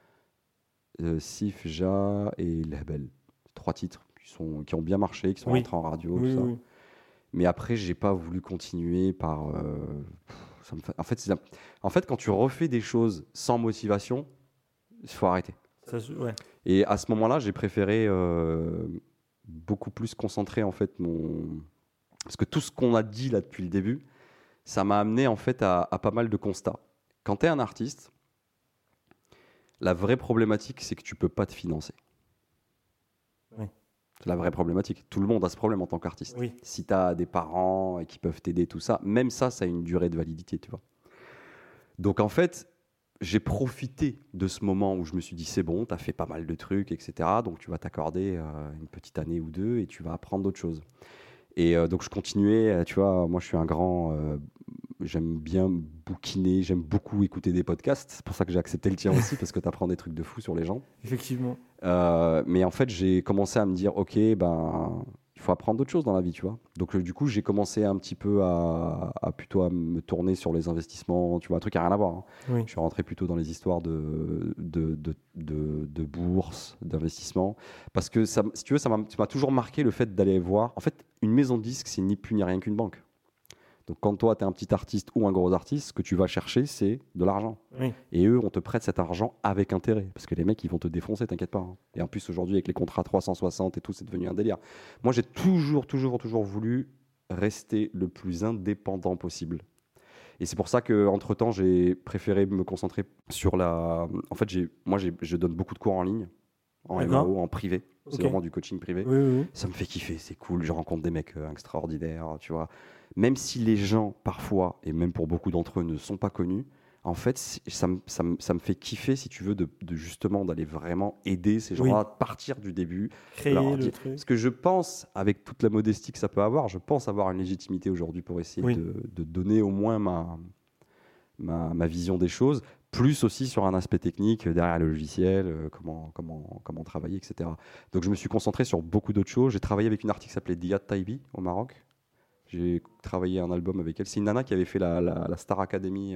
Sif, Ja et Lebel. 3 titres qui ont bien marché, qui sont rentrés en radio. Tout ça. Mais après, j'ai pas voulu continuer par... En fait, quand tu refais des choses sans motivation, il faut arrêter. Et à ce moment-là, j'ai préféré... beaucoup plus concentré en fait parce que tout ce qu'on a dit là depuis le début, ça m'a amené en fait à pas mal de constats. Quand tu es un artiste, la vraie problématique c'est que tu peux pas te financer. Oui. C'est la vraie problématique. Tout le monde a ce problème en tant qu'artiste. Oui. Si tu as des parents qui peuvent t'aider, tout ça, même ça a une durée de validité, tu vois. Donc en fait, j'ai profité de ce moment où je me suis dit c'est bon, tu as fait pas mal de trucs, etc. Donc tu vas t'accorder une petite année ou deux et tu vas apprendre d'autres choses. Et donc je continuais, tu vois, moi je suis un grand j'aime bien bouquiner, j'aime beaucoup écouter des podcasts. C'est pour ça que j'ai accepté le tien aussi, parce que tu apprends des trucs de fou sur les gens. Effectivement. Mais en fait, j'ai commencé à me dire, ok, ben, il faut apprendre d'autres choses dans la vie, tu vois. Donc, du coup, j'ai commencé un petit peu à plutôt à me tourner sur les investissements, tu vois, un truc qui n'a rien à voir. Hein. Oui. Je suis rentré plutôt dans les histoires de bourse, d'investissement. Parce que, ça, si tu veux, ça m'a toujours marqué le fait d'aller voir. En fait, une maison de disques, c'est ni plus ni rien qu'une banque. Donc, quand toi, tu es un petit artiste ou un gros artiste, ce que tu vas chercher, c'est de l'argent. Oui. Et eux, on te prête cet argent avec intérêt. Parce que les mecs, ils vont te défoncer, t'inquiète pas. Hein. Et en plus, aujourd'hui, avec les contrats 360 et tout, c'est devenu un délire. Moi, j'ai toujours voulu rester le plus indépendant possible. Et c'est pour ça qu'entre-temps, j'ai préféré me concentrer sur la... En fait, je donne beaucoup de cours en ligne, en MAO, en privé. C'est Ok. vraiment du coaching privé. Oui. Ça me fait kiffer, c'est cool. Je rencontre des mecs extraordinaires, tu vois. Même si les gens, parfois, et même pour beaucoup d'entre eux, ne sont pas connus, en fait, ça me fait kiffer, si tu veux, justement d'aller vraiment aider ces gens-là à partir du début. Créer le truc. Parce que je pense, avec toute la modestie que ça peut avoir, je pense avoir une légitimité aujourd'hui pour essayer de donner au moins ma vision des choses, plus aussi sur un aspect technique, derrière le logiciel, comment travailler, etc. Donc je me suis concentré sur beaucoup d'autres choses. J'ai travaillé avec une artiste qui s'appelait Diat Taibi au Maroc. J'ai travaillé un album avec elle. C'est une nana qui avait fait la Star Academy,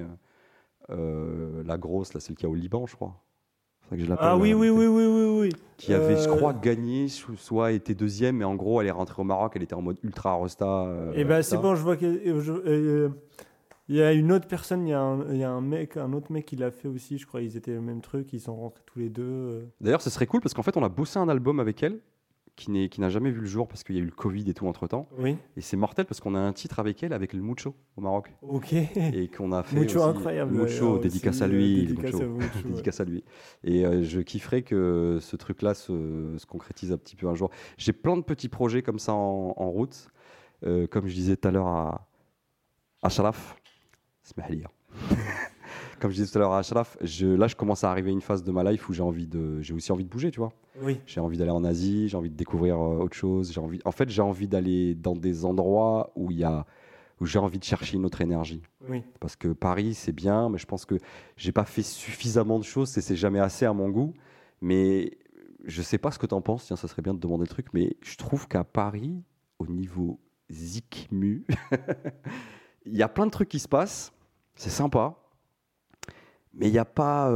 la grosse, là, celle qu'il y a au Liban, je crois. C'est ça que je l'appelle, Ah oui. Qui avait, je crois, gagné, soit été deuxième, mais en gros, elle est rentrée au Maroc, elle était en mode ultra rosta. Et ben c'est bon, je vois qu'il y a une autre personne, il y a un autre mec qui l'a fait aussi, je crois, ils étaient le même truc, ils sont rentrés tous les deux. D'ailleurs, ce serait cool parce qu'en fait, on a bossé un album avec elle qui n'a jamais vu le jour parce qu'il y a eu le Covid et tout entre-temps. Oui. Et c'est mortel parce qu'on a un titre avec elle, avec le Mucho au Maroc. Ok. Et qu'on a fait Mucho aussi, incroyable. Mucho, dédicace à lui. Dédicace à Mucho, dédicace à lui. Et je kifferais que ce truc-là se concrétise un petit peu un jour. J'ai plein de petits projets comme ça en route. Comme je disais tout à l'heure à Sharaf. Comme je disais tout à l'heure à Ashraf, là je commence à arriver à une phase de ma life où j'ai aussi envie de bouger, tu vois. Oui. J'ai envie d'aller en Asie, j'ai envie de découvrir autre chose. J'ai envie d'aller dans des endroits où j'ai envie de chercher une autre énergie. Oui. Parce que Paris c'est bien, mais je pense que j'ai pas fait suffisamment de choses, c'est jamais assez à mon goût. Mais je sais pas ce que tu en penses, tiens, ça serait bien de demander le truc, mais je trouve qu'à Paris, au niveau zikmu, il y a plein de trucs qui se passent, c'est sympa. Mais il n'y a pas...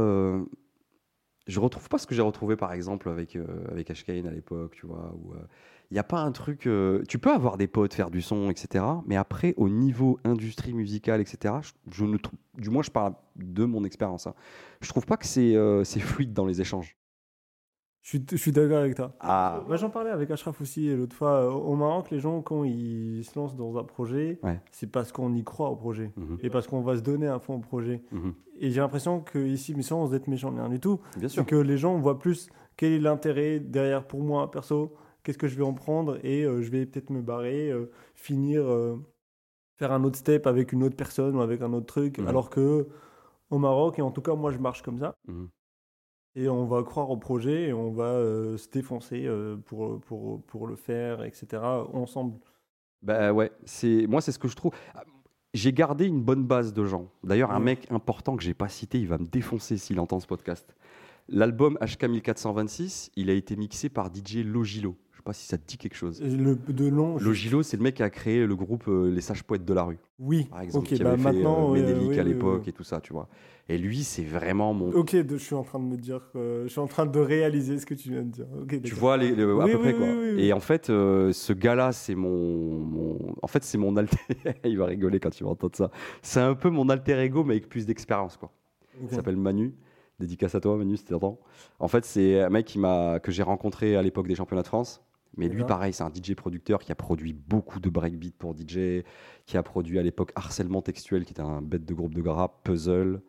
je retrouve pas ce que j'ai retrouvé, par exemple, avec Ashkane à l'époque, tu vois. Il n'y a pas un truc... tu peux avoir des potes, faire du son, etc. Mais après, au niveau industrie musicale, etc., du moins, je parle de mon expérience. Hein, je trouve pas que c'est fluide dans les échanges. Je suis d'accord avec toi. Ah. Moi, j'en parlais avec Ashraf aussi l'autre fois. Au Maroc, les gens, quand ils se lancent dans un projet, c'est parce qu'on y croit au projet. Et parce qu'on va se donner à fond au projet. Et j'ai l'impression qu'ici, mais sans être méchant, rien du tout, c'est que les gens voient plus quel est l'intérêt derrière pour moi, perso, qu'est-ce que je vais en prendre et je vais peut-être me barrer, finir, faire un autre step avec une autre personne ou avec un autre truc. Alors que au Maroc, et en tout cas, moi, je marche comme ça. Et on va croire au projet et on va se défoncer pour le faire, etc. ensemble. Bah ouais, moi c'est ce que je trouve. J'ai gardé une bonne base de gens. D'ailleurs, un mec important que j'ai pas cité, il va me défoncer s'il entend ce podcast. L'album HK 1426, il a été mixé par DJ Logilo. Je sais pas si ça te dit quelque chose. Logilo, c'est le mec qui a créé le groupe Les Sages Poètes de la Rue. Oui, par exemple, qui avait fait Ménélique à l'époque et tout ça, tu vois. Et lui, c'est vraiment mon... Ok, je suis en train de me dire que... Je suis en train de réaliser ce que tu viens de dire. Okay, tu vois à peu près, quoi. Et en fait, ce gars-là, c'est En fait, c'est mon alter... Il va rigoler quand il va entendre ça. C'est un peu mon alter ego, mais avec plus d'expérience, quoi. Il s'appelle Manu. Dédicace à toi, Manu, si tu entends. En fait, c'est un mec que j'ai rencontré à l'époque des championnats de France. Mais lui, pareil, c'est un DJ producteur qui a produit beaucoup de breakbeat pour DJ, qui a produit à l'époque Harcèlement Textuel, qui était un bête de groupe de rap, Puzzle,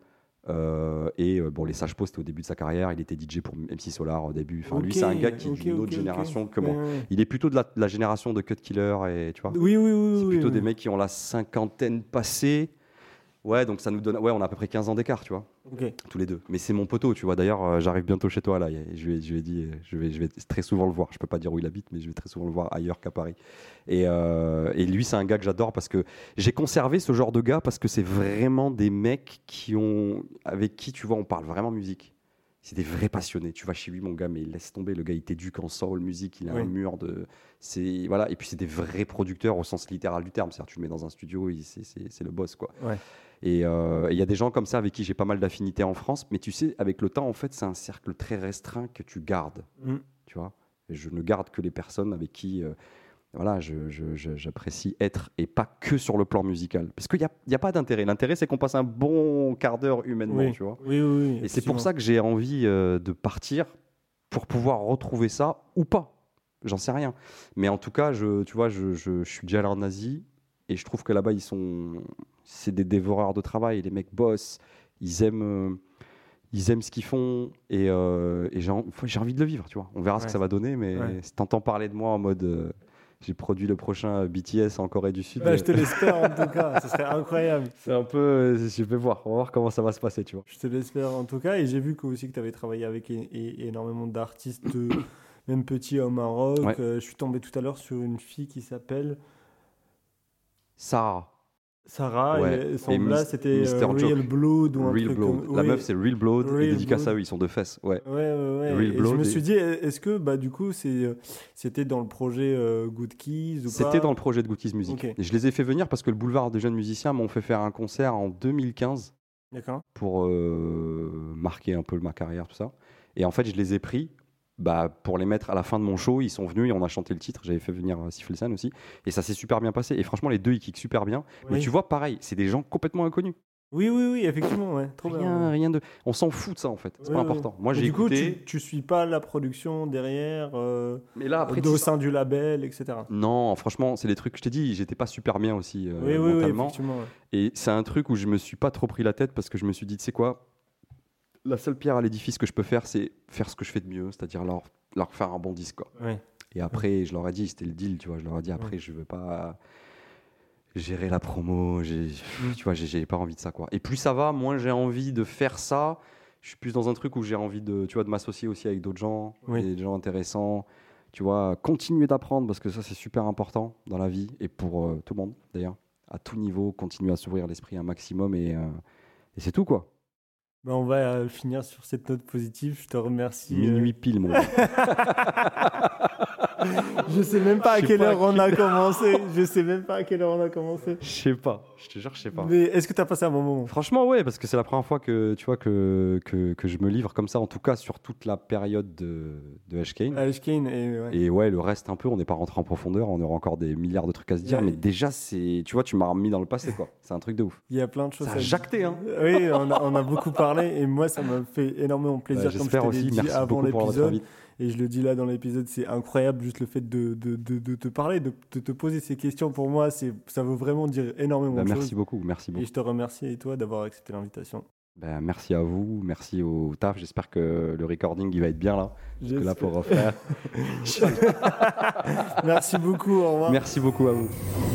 les Sages Pots, c'était au début de sa carrière. Il était DJ pour MC Solar au début. Enfin, lui, c'est un gars qui est d'une autre génération que moi. Il est plutôt de la génération de Cut Killer, et tu vois. Oui. C'est plutôt des mecs qui ont la cinquantaine passée, Ouais, donc ça nous donne. Ouais, on a à peu près 15 ans d'écart, tu vois, Ok. tous les deux. Mais c'est mon poteau, tu vois. D'ailleurs, j'arrive bientôt chez toi, là. Et je lui ai dit, je vais très souvent le voir. Je peux pas dire où il habite, mais je vais très souvent le voir ailleurs qu'à Paris. Et lui, c'est un gars que j'adore parce que j'ai conservé ce genre de gars parce que c'est vraiment des mecs avec qui, tu vois, on parle vraiment musique. C'est des vrais passionnés. Tu vas chez lui, mon gars, mais laisse tomber. Le gars, il t'éduque en soul, musique. Il a un mur de. Voilà. Et puis, c'est des vrais producteurs au sens littéral du terme. C'est-à-dire, tu le mets dans un studio, c'est le boss, quoi. Ouais. Et il y a des gens comme ça avec qui j'ai pas mal d'affinités en France. Mais tu sais, avec le temps, en fait, c'est un cercle très restreint que tu gardes. Tu vois. Et je ne garde que les personnes avec qui. Voilà, j'apprécie être, et pas que sur le plan musical. Parce qu'il n'y a pas d'intérêt. L'intérêt, c'est qu'on passe un bon quart d'heure humainement, tu vois. Oui. Et c'est pour ça que j'ai envie de partir pour pouvoir retrouver ça ou pas. J'en sais rien. Mais en tout cas, tu vois, je suis déjà allé en Asie et je trouve que là-bas, c'est des dévoreurs de travail. Les mecs bossent, ils aiment ce qu'ils font et j'ai envie de le vivre, tu vois. On verra ce que ça va donner, mais si t'entends parler de moi en mode... j'ai produit le prochain BTS en Corée du Sud. Je te l'espère en tout cas, ce serait incroyable. C'est un peu... je vais voir, on va voir comment ça va se passer, tu vois. Je te l'espère en tout cas, et j'ai vu aussi que tu avais travaillé avec énormément d'artistes, même petits au Maroc. Ouais. Je suis tombé tout à l'heure sur une fille qui s'appelle Sarah. Et son blast c'était Mr. Real Joke. Blood ou un Real truc Blood. comme... La meuf, c'est Real Blood, et dédicace à eux, ils sont de fesses. Ouais. Real Et Blood je me suis dit, est-ce que du coup c'était dans le projet Good Keys ou pas? C'était dans le projet de Good Keys Music. Okay. Et je les ai fait venir parce que le Boulevard des Jeunes Musiciens m'ont fait faire un concert en 2015. D'accord. Pour marquer un peu ma carrière, tout ça. Et en fait, je les ai pris pour les mettre à la fin de mon show. Ils sont venus et on a chanté le titre. J'avais fait venir Siflessan aussi. Et ça s'est super bien passé. Et franchement, les deux, ils kickent super bien. Mais tu vois, pareil, c'est des gens complètement inconnus. Oui, effectivement, ouais. Trop bien. Rien de... On s'en fout de ça, en fait. C'est pas important. Moi, j'ai écouté... Du coup, tu suis pas la production derrière, mais là, après, au sein du label, etc. Non, franchement, c'est des trucs que je t'ai dit. J'étais pas super bien aussi mentalement. Oui, effectivement. Ouais. Et c'est un truc où je me suis pas trop pris la tête parce que je me suis dit, tu sais quoi, la seule pierre à l'édifice que je peux faire, c'est faire ce que je fais de mieux, c'est-à-dire leur faire un bon disque, quoi. Ouais. Et après, je leur ai dit, c'était le deal, tu vois. Je leur ai dit, après, je veux pas gérer la promo. Tu vois, j'ai pas envie de ça, quoi. Et plus ça va, moins j'ai envie de faire ça. Je suis plus dans un truc où j'ai envie de m'associer aussi avec d'autres gens, des gens intéressants. Tu vois, continuer d'apprendre parce que ça, c'est super important dans la vie et pour tout le monde, d'ailleurs. À tout niveau, continuer à s'ouvrir l'esprit un maximum et c'est tout, quoi. On va finir sur cette note positive. Je te remercie. Minuit pile, mon gars. Je sais même pas à quelle heure on a commencé. Je sais même pas à quelle heure on a commencé. Je sais pas. Je te jure, je sais pas. Mais est-ce que tu as passé un bon moment? Franchement, ouais, parce que c'est la première fois que tu vois que je me livre comme ça, en tout cas sur toute la période de Ashkane. Et ouais, le reste un peu, on n'est pas rentré en profondeur, on aura encore des milliards de trucs à se dire, mais déjà, tu vois, tu m'as remis dans le passé, quoi. C'est un truc de ouf. Il y a plein de choses. Ça a jacté, hein. Oui, on a beaucoup parlé et moi, ça m'a fait énormément plaisir. J'espère comme je aussi. dit Merci avant beaucoup pour votre l'épisode. Et je le dis là dans l'épisode, c'est incroyable juste le fait de te parler, de te poser ces questions. Pour moi, ça veut vraiment dire énormément de choses. Merci beaucoup. Et je te remercie, et toi, d'avoir accepté l'invitation. Merci à vous, merci au taf. J'espère que le recording il va être bien là. Parce que là, pour refaire. Merci beaucoup, au revoir. Merci beaucoup à vous.